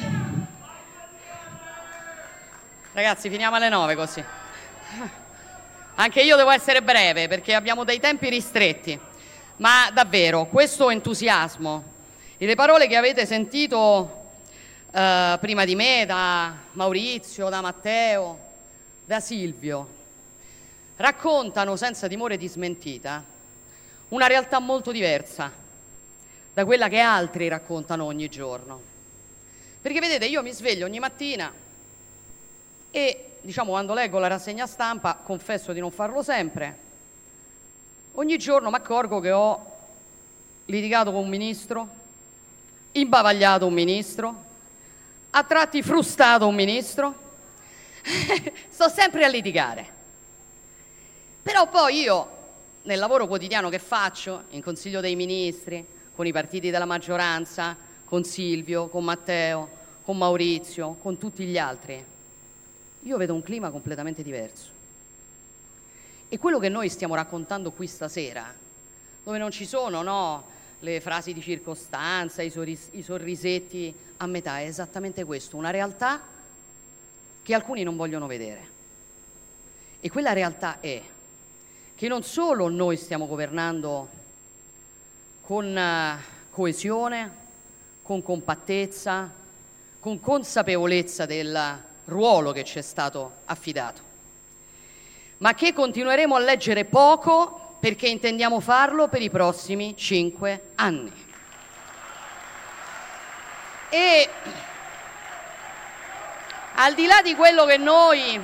Speaker 19: ragazzi, finiamo alle nove così. Anche io devo essere breve perché abbiamo dei tempi ristretti. Ma davvero, questo entusiasmo e le parole che avete sentito eh, prima di me da Maurizio, da Matteo, da Silvio, raccontano senza timore di smentita una realtà molto diversa da quella che altri raccontano ogni giorno. Perché vedete, io mi sveglio ogni mattina e, diciamo, quando leggo la rassegna stampa, confesso di non farlo sempre, ogni giorno mi accorgo che ho litigato con un ministro, imbavagliato un ministro, a tratti frustato un ministro, sto sempre a litigare. Però poi io, nel lavoro quotidiano che faccio, in Consiglio dei Ministri, con i partiti della maggioranza, con Silvio, con Matteo, con Maurizio, con tutti gli altri, io vedo un clima completamente diverso. E quello che noi stiamo raccontando qui stasera, dove non ci sono, no, le frasi di circostanza, i, sorris- i sorrisetti a metà, è esattamente questo, una realtà che alcuni non vogliono vedere. E quella realtà è che non solo noi stiamo governando con uh, coesione, con compattezza, con consapevolezza del ruolo che ci è stato affidato, ma che continueremo a leggere poco perché intendiamo farlo per i prossimi cinque anni. E al di là di quello che noi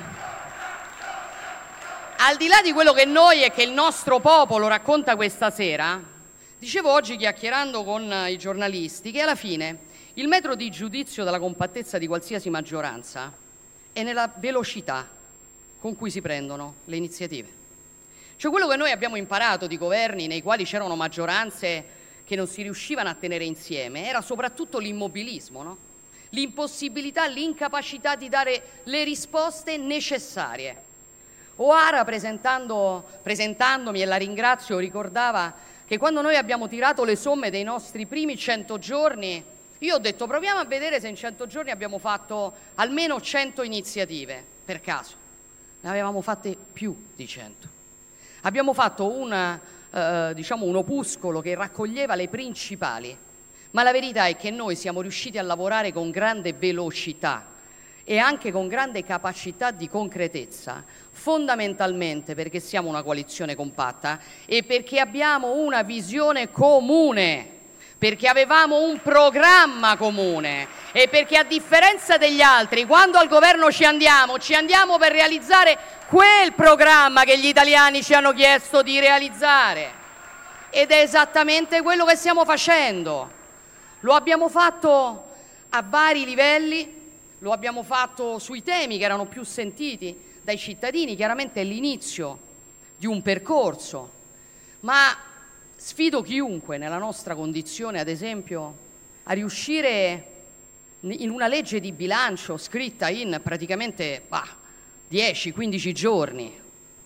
Speaker 19: al di là di quello che noi e che il nostro popolo racconta questa sera, dicevo oggi chiacchierando con i giornalisti che alla fine il metro di giudizio della compattezza di qualsiasi maggioranza è nella velocità con cui si prendono le iniziative. Cioè quello che noi abbiamo imparato di governi nei quali c'erano maggioranze che non si riuscivano a tenere insieme era soprattutto l'immobilismo, no? L'impossibilità, l'incapacità di dare le risposte necessarie. Oara, presentando, presentandomi, e la ringrazio, ricordava che quando noi abbiamo tirato le somme dei nostri primi cento giorni, io ho detto proviamo a vedere se in cento giorni abbiamo fatto almeno cento iniziative. Per caso, ne avevamo fatte più di cento. Abbiamo fatto una, eh, diciamo un opuscolo che raccoglieva le principali, ma la verità è che noi siamo riusciti a lavorare con grande velocità e anche con grande capacità di concretezza, fondamentalmente perché siamo una coalizione compatta e perché abbiamo una visione comune, perché avevamo un programma comune e perché a differenza degli altri, quando al governo ci andiamo, ci andiamo per realizzare quel programma che gli italiani ci hanno chiesto di realizzare. Ed è esattamente quello che stiamo facendo. Lo abbiamo fatto a vari livelli. Lo abbiamo fatto sui temi che erano più sentiti dai cittadini, chiaramente è l'inizio di un percorso, ma sfido chiunque nella nostra condizione, ad esempio, a riuscire in una legge di bilancio scritta in praticamente bah, dieci quindici giorni,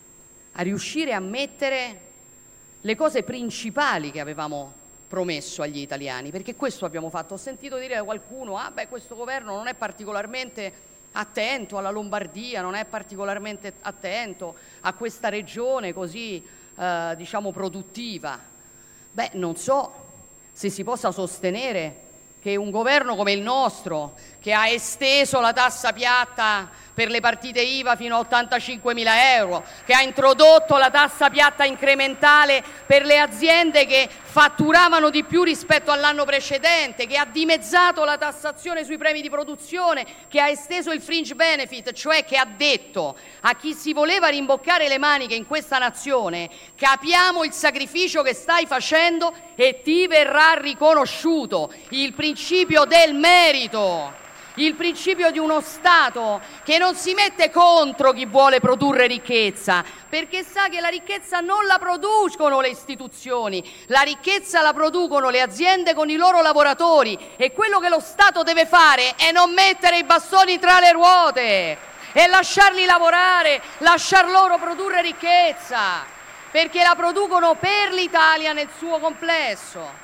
Speaker 19: a riuscire a mettere le cose principali che avevamo promesso agli italiani, perché questo abbiamo fatto. Ho sentito dire da qualcuno, ah beh, questo governo non è particolarmente attento alla Lombardia, non è particolarmente attento a questa regione così, eh, diciamo, produttiva. Beh, non so se si possa sostenere che un governo come il nostro, che ha esteso la tassa piatta per le partite I V A fino a ottantacinquemila euro, che ha introdotto la tassa piatta incrementale per le aziende che fatturavano di più rispetto all'anno precedente, che ha dimezzato la tassazione sui premi di produzione, che ha esteso il fringe benefit, cioè che ha detto a chi si voleva rimboccare le maniche in questa nazione: capiamo il sacrificio che stai facendo e ti verrà riconosciuto il principio del merito. Il principio di uno Stato che non si mette contro chi vuole produrre ricchezza, perché sa che la ricchezza non la producono le istituzioni, la ricchezza la producono le aziende con i loro lavoratori, e quello che lo Stato deve fare è non mettere i bastoni tra le ruote e lasciarli lavorare, lasciar loro produrre ricchezza, perché la producono per l'Italia nel suo complesso.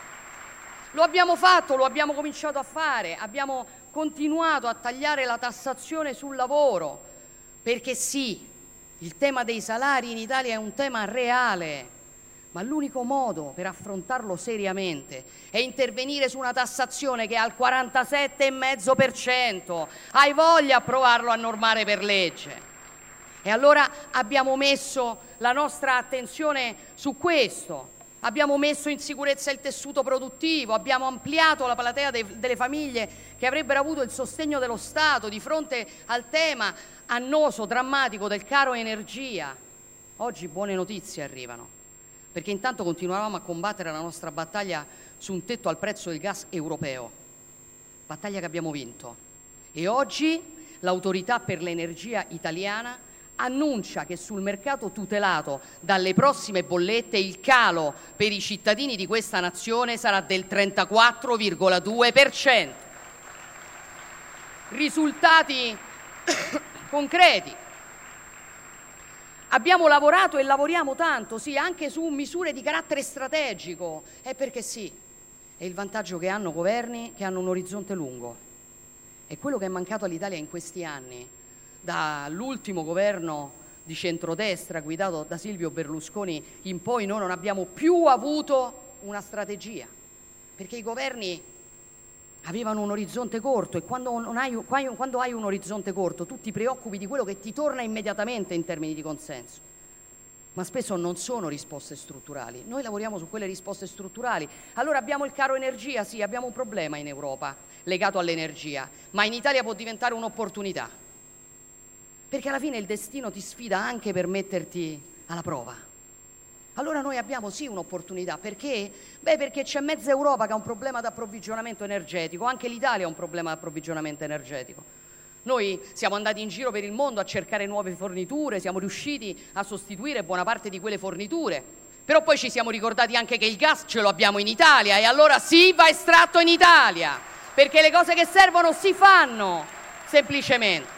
Speaker 19: Lo abbiamo fatto, lo abbiamo cominciato a fare, abbiamo continuato a tagliare la tassazione sul lavoro, perché sì, il tema dei salari in Italia è un tema reale, ma l'unico modo per affrontarlo seriamente è intervenire su una tassazione che è al quarantasette virgola cinque per cento. Hai voglia a provarlo a normare per legge? E allora abbiamo messo la nostra attenzione su questo. Abbiamo messo in sicurezza il tessuto produttivo, abbiamo ampliato la platea de- delle famiglie che avrebbero avuto il sostegno dello Stato di fronte al tema annoso, drammatico del caro energia. Oggi buone notizie arrivano, perché intanto continuavamo a combattere la nostra battaglia su un tetto al prezzo del gas europeo. battaglia che abbiamo vinto. E oggi l'Autorità per l'Energia italiana annuncia che sul mercato tutelato dalle prossime bollette il calo per i cittadini di questa nazione sarà del trentaquattro virgola due per cento. Risultati concreti. Abbiamo lavorato e lavoriamo tanto, sì, anche su misure di carattere strategico, è perché sì, è il vantaggio che hanno governi che hanno un orizzonte lungo. È quello che è mancato all'Italia in questi anni, dall'ultimo governo di centrodestra guidato da Silvio Berlusconi in poi noi non abbiamo più avuto una strategia, perché i governi avevano un orizzonte corto e quando, non hai, quando hai un orizzonte corto tu ti preoccupi di quello che ti torna immediatamente in termini di consenso, ma spesso non sono risposte strutturali. Noi lavoriamo su quelle risposte strutturali. Allora abbiamo il caro energia, sì, abbiamo un problema in Europa legato all'energia, ma in Italia può diventare un'opportunità, perché alla fine il destino ti sfida anche per metterti alla prova. Allora noi abbiamo sì un'opportunità, perché? Beh, perché c'è mezza Europa che ha un problema di approvvigionamento energetico, anche l'Italia ha un problema di approvvigionamento energetico. Noi siamo andati in giro per il mondo a cercare nuove forniture, siamo riusciti a sostituire buona parte di quelle forniture, però poi ci siamo ricordati anche che il gas ce lo abbiamo in Italia e allora sì, va estratto in Italia, perché le cose che servono si fanno, semplicemente.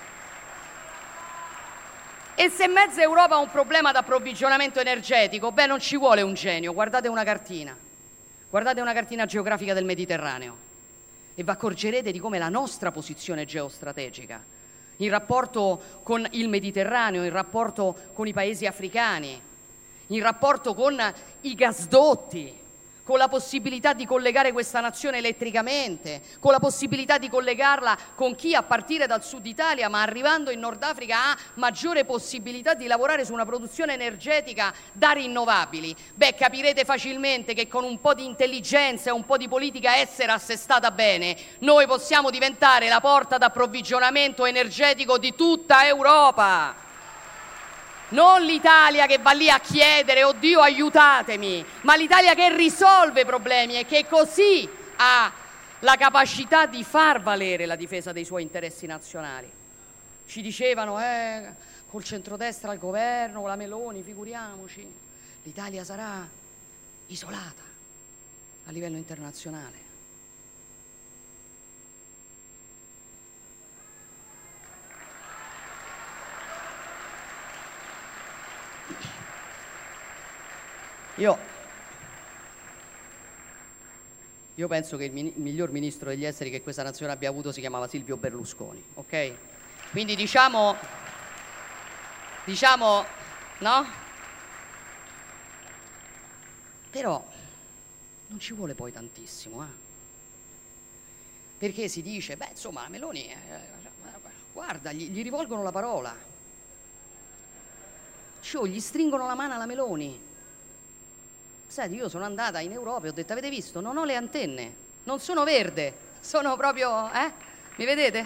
Speaker 19: E se mezza Europa ha un problema di approvvigionamento energetico, beh, non ci vuole un genio, guardate una cartina, guardate una cartina geografica del Mediterraneo e vi accorgerete di come la nostra posizione geostrategica, in rapporto con il Mediterraneo, in rapporto con i paesi africani, in rapporto con i gasdotti, con la possibilità di collegare questa nazione elettricamente, con la possibilità di collegarla con chi a partire dal sud Italia ma arrivando in Nord Africa ha maggiore possibilità di lavorare su una produzione energetica da rinnovabili. Beh, capirete facilmente che con un po' di intelligenza e un po' di politica estera assestata bene noi possiamo diventare la porta d'approvvigionamento energetico di tutta Europa. Non l'Italia che va lì a chiedere, oddio aiutatemi, ma l'Italia che risolve problemi e che così ha la capacità di far valere la difesa dei suoi interessi nazionali. Ci dicevano, eh, col centrodestra al governo, con la Meloni, figuriamoci, l'Italia sarà isolata a livello internazionale. Io, io penso che il, min- il miglior ministro degli esteri che questa nazione abbia avuto si chiamava Silvio Berlusconi, ok? Quindi diciamo, diciamo, no? Però non ci vuole poi tantissimo, eh? Perché si dice, beh, insomma, Meloni, eh, guarda, gli, gli rivolgono la parola, cioè, gli stringono la mano alla Meloni. Senti, io sono andata in Europa e ho detto, avete visto? Non ho le antenne, non sono verde, sono proprio, eh? Mi vedete?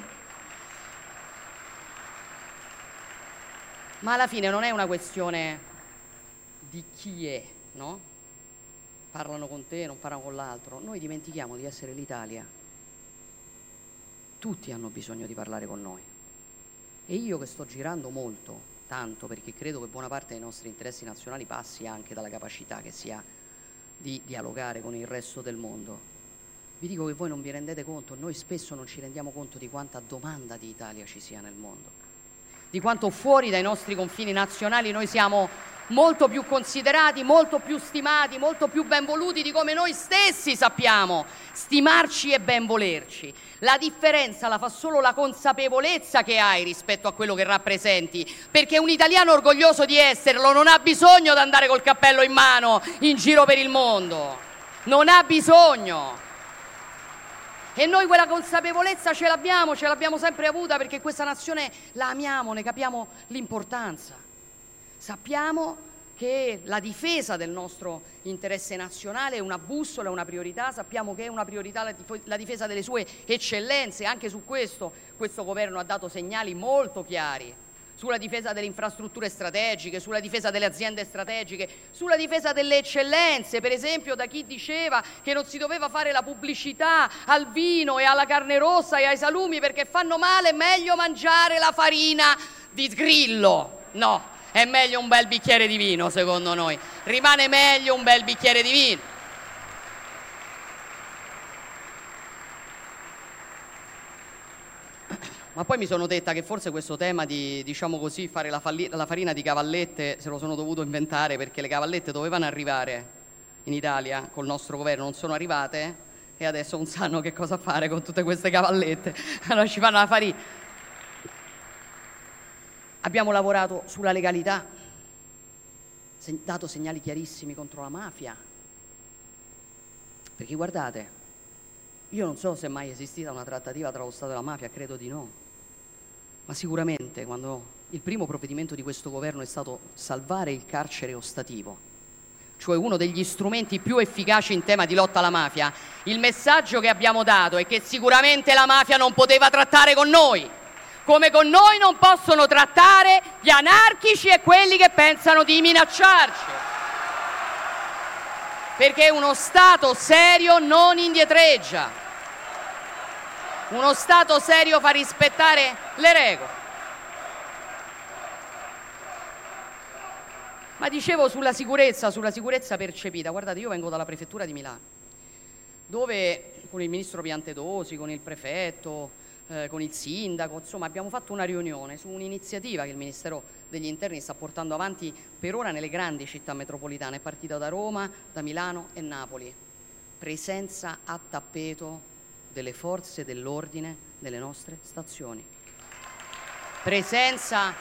Speaker 19: Ma alla fine non è una questione di chi è, no? Parlano con te, non parlano con l'altro. Noi dimentichiamo di essere l'Italia. Tutti hanno bisogno di parlare con noi. E io che sto girando molto, tanto perché credo che buona parte dei nostri interessi nazionali passi anche dalla capacità che si ha di dialogare con il resto del mondo. Vi dico che voi non vi rendete conto, noi spesso non ci rendiamo conto di quanta domanda di Italia ci sia nel mondo, di quanto fuori dai nostri confini nazionali noi siamo molto più considerati, molto più stimati, molto più ben voluti di come noi stessi sappiamo stimarci e ben volerci. La differenza la fa solo la consapevolezza che hai rispetto a quello che rappresenti, perché un italiano orgoglioso di esserlo non ha bisogno di andare col cappello in mano in giro per il mondo, non ha bisogno. E noi quella consapevolezza ce l'abbiamo, ce l'abbiamo sempre avuta, perché questa nazione la amiamo, ne capiamo l'importanza. Sappiamo che la difesa del nostro interesse nazionale è una bussola, è una priorità, sappiamo che è una priorità la difesa delle sue eccellenze, anche su questo questo governo ha dato segnali molto chiari sulla difesa delle infrastrutture strategiche, sulla difesa delle aziende strategiche, sulla difesa delle eccellenze, per esempio da chi diceva che non si doveva fare la pubblicità al vino e alla carne rossa e ai salumi perché fanno male, è meglio mangiare la farina di grillo. No, è meglio un bel bicchiere di vino, secondo noi. Rimane meglio un bel bicchiere di vino. Ma poi mi sono detta che forse questo tema di, diciamo così, fare la, falli- la farina di cavallette se lo sono dovuto inventare perché le cavallette dovevano arrivare in Italia col nostro governo, non sono arrivate e adesso non sanno che cosa fare con tutte queste cavallette. Allora ci fanno la farina. Abbiamo lavorato sulla legalità, se- dato segnali chiarissimi contro la mafia. Perché guardate, io non so se è mai esistita una trattativa tra lo Stato e la mafia, credo di no. Ma sicuramente quando il primo provvedimento di questo governo è stato salvare il carcere ostativo, cioè uno degli strumenti più efficaci in tema di lotta alla mafia, il messaggio che abbiamo dato è che sicuramente la mafia non poteva trattare con noi, come con noi non possono trattare gli anarchici e quelli che pensano di minacciarci. Perché uno Stato serio non indietreggia. Uno Stato serio fa rispettare le regole. Ma dicevo sulla sicurezza, sulla sicurezza percepita. Guardate, io vengo dalla prefettura di Milano, dove con il ministro Piantedosi, con il prefetto, eh, con il sindaco, insomma abbiamo fatto una riunione su un'iniziativa che il Ministero degli Interni sta portando avanti per ora nelle grandi città metropolitane. È partita da Roma, da Milano e Napoli. Presenza a tappeto delle forze dell'ordine nelle nostre stazioni. Presenza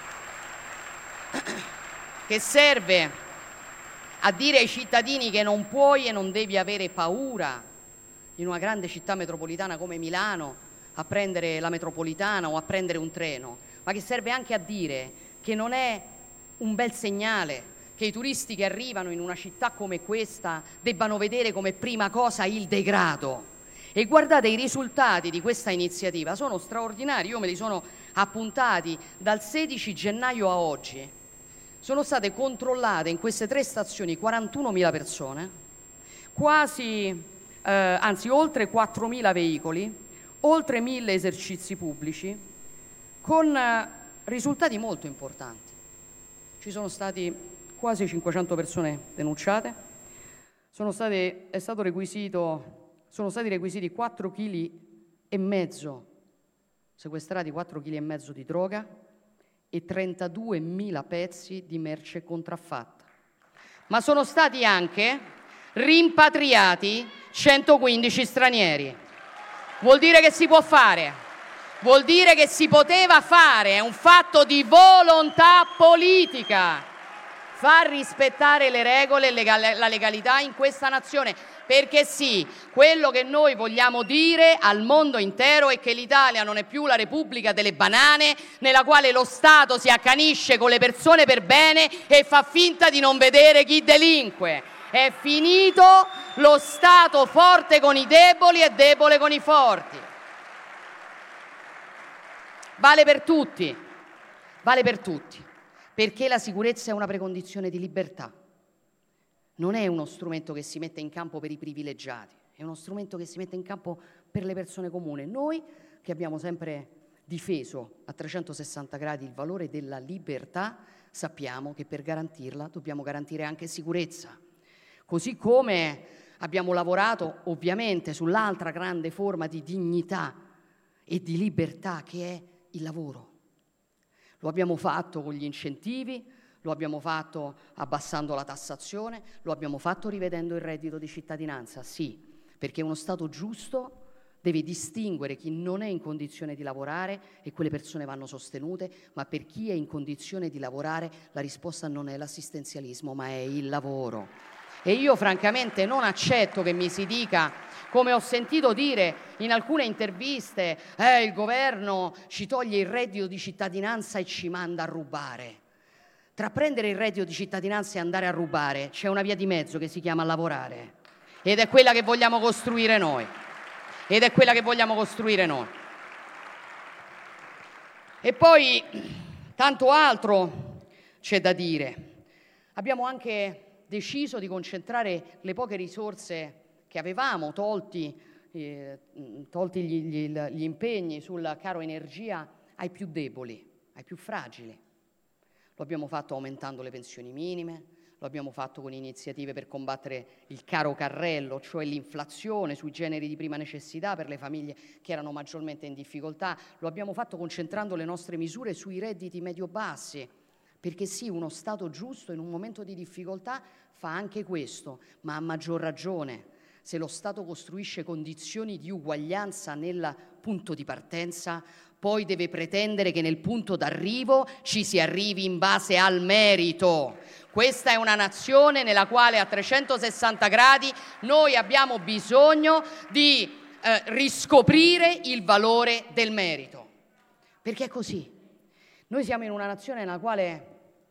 Speaker 19: che serve a dire ai cittadini che non puoi e non devi avere paura in una grande città metropolitana come Milano a prendere la metropolitana o a prendere un treno, ma che serve anche a dire che non è un bel segnale che i turisti che arrivano in una città come questa debbano vedere come prima cosa il degrado. E guardate, i risultati di questa iniziativa sono straordinari, io me li sono appuntati dal sedici gennaio a oggi. Sono state controllate in queste tre stazioni quarantunomila persone, quasi, eh, anzi oltre quattromila veicoli, oltre mille esercizi pubblici, con eh, risultati molto importanti. Ci sono stati quasi cinquecento persone denunciate, sono state, è stato requisito... Sono stati requisiti quattro chili e mezzo, sequestrati quattro chili e mezzo di droga e trentaduemila pezzi di merce contraffatta. Ma sono stati anche rimpatriati centoquindici stranieri. Vuol dire che si può fare, vuol dire che si poteva fare, è un fatto di volontà politica. Far rispettare le regole e la legalità in questa nazione. Perché sì, quello che noi vogliamo dire al mondo intero è che l'Italia non è più la Repubblica delle banane nella quale lo Stato si accanisce con le persone per bene e fa finta di non vedere chi delinque. È finito lo Stato forte con i deboli e debole con i forti. Vale per tutti, vale per tutti, perché la sicurezza è una precondizione di libertà. Non è uno strumento che si mette in campo per i privilegiati, è uno strumento che si mette in campo per le persone comuni. Noi che abbiamo sempre difeso a trecentosessanta gradi il valore della libertà, sappiamo che per garantirla dobbiamo garantire anche sicurezza. Così come abbiamo lavorato ovviamente sull'altra grande forma di dignità e di libertà che è il lavoro. Lo abbiamo fatto con gli incentivi, lo abbiamo fatto abbassando la tassazione, lo abbiamo fatto rivedendo il reddito di cittadinanza, sì, perché uno Stato giusto deve distinguere chi non è in condizione di lavorare e quelle persone vanno sostenute, ma per chi è in condizione di lavorare la risposta non è l'assistenzialismo, ma è il lavoro. E io francamente non accetto che mi si dica, come ho sentito dire in alcune interviste, eh, il governo ci toglie il reddito di cittadinanza e ci manda a rubare. Tra prendere il reddito di cittadinanza e andare a rubare c'è una via di mezzo che si chiama lavorare ed è quella che vogliamo costruire noi ed è quella che vogliamo costruire noi. E poi Tanto altro c'è da dire. Abbiamo anche deciso di concentrare le poche risorse che avevamo, tolti, eh, tolti gli, gli, gli impegni sul caro energia, ai più deboli, ai più fragili. Lo abbiamo fatto aumentando le pensioni minime, lo abbiamo fatto con iniziative per combattere il caro carrello, cioè l'inflazione sui generi di prima necessità per le famiglie che erano maggiormente in difficoltà, lo abbiamo fatto concentrando le nostre misure sui redditi medio-bassi, perché sì, uno Stato giusto in un momento di difficoltà fa anche questo, ma a maggior ragione se lo Stato costruisce condizioni di uguaglianza nel punto di partenza, poi deve pretendere che nel punto d'arrivo ci si arrivi in base al merito. Questa è una nazione nella quale a trecentosessanta gradi noi abbiamo bisogno di eh, riscoprire il valore del merito, perché è così. Noi siamo in una nazione nella quale,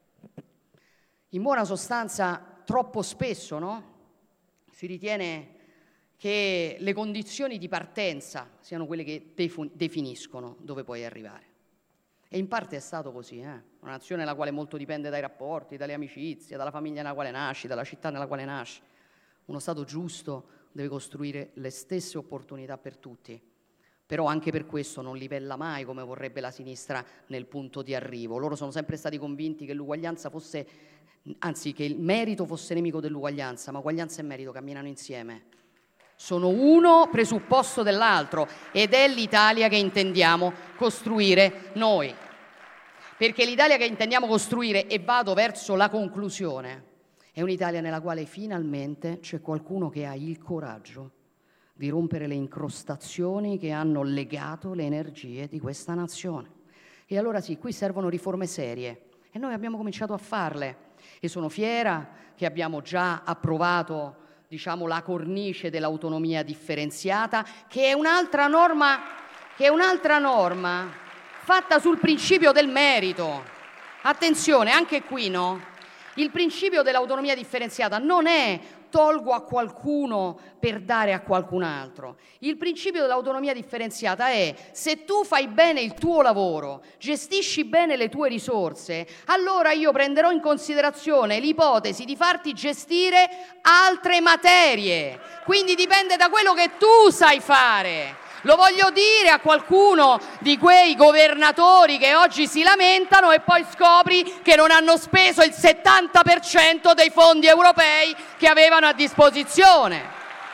Speaker 19: in buona sostanza, troppo spesso, no? Si ritiene che le condizioni di partenza siano quelle che defu- definiscono dove puoi arrivare. E in parte è stato così, eh? Una nazione nella quale molto dipende dai rapporti, dalle amicizie, dalla famiglia nella quale nasci, dalla città nella quale nasci. Uno Stato giusto deve costruire le stesse opportunità per tutti, però anche per questo non livella mai come vorrebbe la sinistra nel punto di arrivo. Loro sono sempre stati convinti che l'uguaglianza fosse, anzi che il merito fosse nemico dell'uguaglianza, ma uguaglianza e merito camminano insieme. Sono uno presupposto dell'altro ed è l'Italia che intendiamo costruire noi. Perché l'Italia che intendiamo costruire, e vado verso la conclusione, è un'Italia nella quale finalmente c'è qualcuno che ha il coraggio di rompere le incrostazioni che hanno legato le energie di questa nazione. E allora sì, qui servono riforme serie e noi abbiamo cominciato a farle e sono fiera che abbiamo già approvato, diciamo, la cornice dell'autonomia differenziata, che è un'altra norma, che è un'altra norma fatta sul principio del merito. Attenzione, anche qui, no? Il principio dell'autonomia differenziata non è tolgo a qualcuno per dare a qualcun altro. Il principio dell'autonomia differenziata è: se tu fai bene il tuo lavoro, gestisci bene le tue risorse, allora io prenderò in considerazione l'ipotesi di farti gestire altre materie. Quindi dipende da quello che tu sai fare. Lo voglio dire a qualcuno di quei governatori che oggi si lamentano e poi scopri che non hanno speso il settanta per cento dei fondi europei che avevano a disposizione.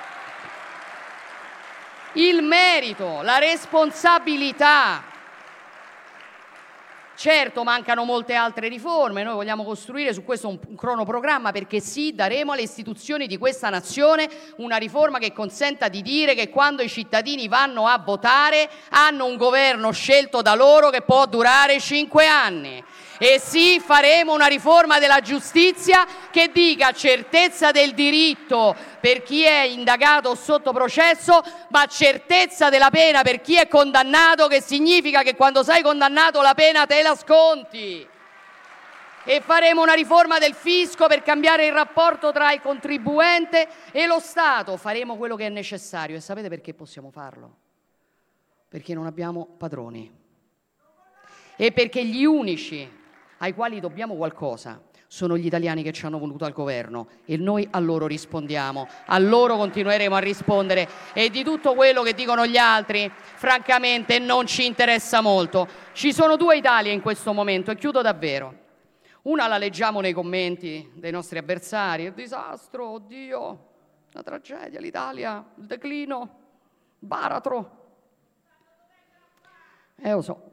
Speaker 19: Il merito, la responsabilità. Certo, mancano molte altre riforme, noi vogliamo costruire su questo un, un cronoprogramma, perché sì, daremo alle istituzioni di questa nazione una riforma che consenta di dire che quando i cittadini vanno a votare hanno un governo scelto da loro che può durare cinque anni. E sì, faremo una riforma della giustizia che dica certezza del diritto per chi è indagato o sotto processo, ma certezza della pena per chi è condannato, che significa che quando sei condannato la pena te la sconti. E faremo una riforma del fisco per cambiare il rapporto tra il contribuente e lo Stato. Faremo quello che è necessario. E sapete perché possiamo farlo? Perché non abbiamo padroni. E perché gli unici ai quali dobbiamo qualcosa sono gli italiani che ci hanno voluto al governo e noi a loro rispondiamo, a loro continueremo a rispondere, e di tutto quello che dicono gli altri francamente non ci interessa molto. Ci sono due Italie in questo momento e chiudo davvero. Una la leggiamo nei commenti dei nostri avversari: il disastro, oddio, la tragedia, l'Italia, il declino, baratro. Eh lo so.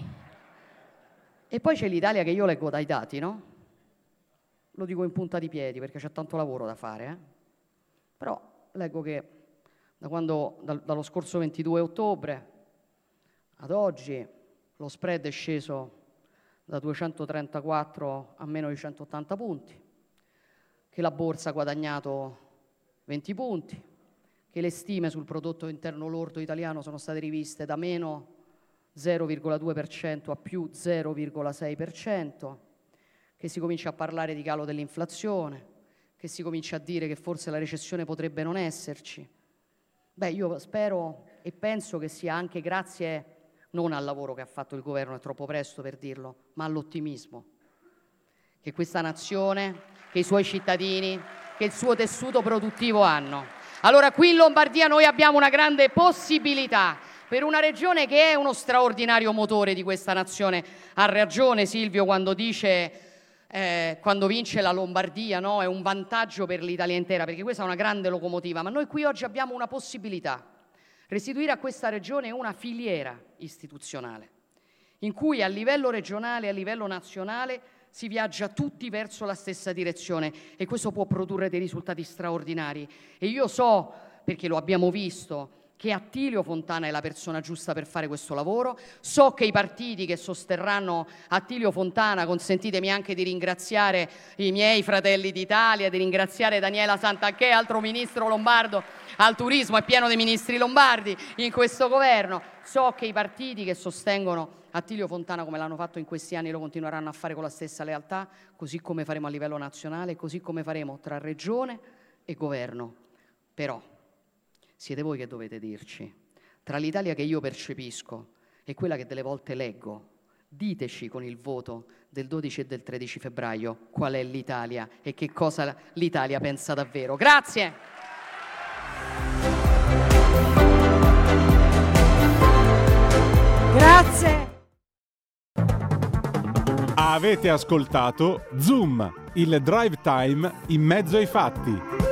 Speaker 19: E poi c'è l'Italia che io leggo dai dati, no? Lo dico in punta di piedi perché c'è tanto lavoro da fare, eh? Però leggo che da quando, dal, dallo scorso ventidue ottobre ad oggi lo spread è sceso da duecentotrentaquattro a meno di centottanta punti, che la borsa ha guadagnato venti punti, che le stime sul prodotto interno lordo italiano sono state riviste da meno zero virgola due per cento a più zero virgola sei per cento, che si comincia a parlare di calo dell'inflazione, che si comincia a dire che forse la recessione potrebbe non esserci. Beh, io spero e penso che sia anche grazie non al lavoro che ha fatto il governo, è troppo presto per dirlo, ma all'ottimismo che questa nazione, che i suoi cittadini, che il suo tessuto produttivo hanno. Allora qui in Lombardia noi abbiamo una grande possibilità, per una regione che è uno straordinario motore di questa nazione. Ha ragione Silvio quando dice, eh, quando vince la Lombardia, no? È un vantaggio per l'Italia intera, perché questa è una grande locomotiva, ma noi qui oggi abbiamo una possibilità, restituire a questa regione una filiera istituzionale, in cui a livello regionale e a livello nazionale si viaggia tutti verso la stessa direzione, e questo può produrre dei risultati straordinari. E io so, perché lo abbiamo visto, che Attilio Fontana è la persona giusta per fare questo lavoro. So che i partiti che sosterranno Attilio Fontana, consentitemi anche di ringraziare i miei Fratelli d'Italia, di ringraziare Daniela Santanchè, altro ministro lombardo al turismo, è pieno di ministri lombardi in questo governo. So che i partiti che sostengono Attilio Fontana, come l'hanno fatto in questi anni, lo continueranno a fare con la stessa lealtà, così come faremo a livello nazionale, così come faremo tra regione e governo. Però siete voi che dovete dirci, tra l'Italia che io percepisco e quella che delle volte leggo, diteci con il voto del dodici e del tredici febbraio qual è l'Italia e che cosa l'Italia pensa davvero. Grazie!
Speaker 17: Grazie!
Speaker 1: Avete ascoltato Zoom, il drive time in mezzo ai fatti.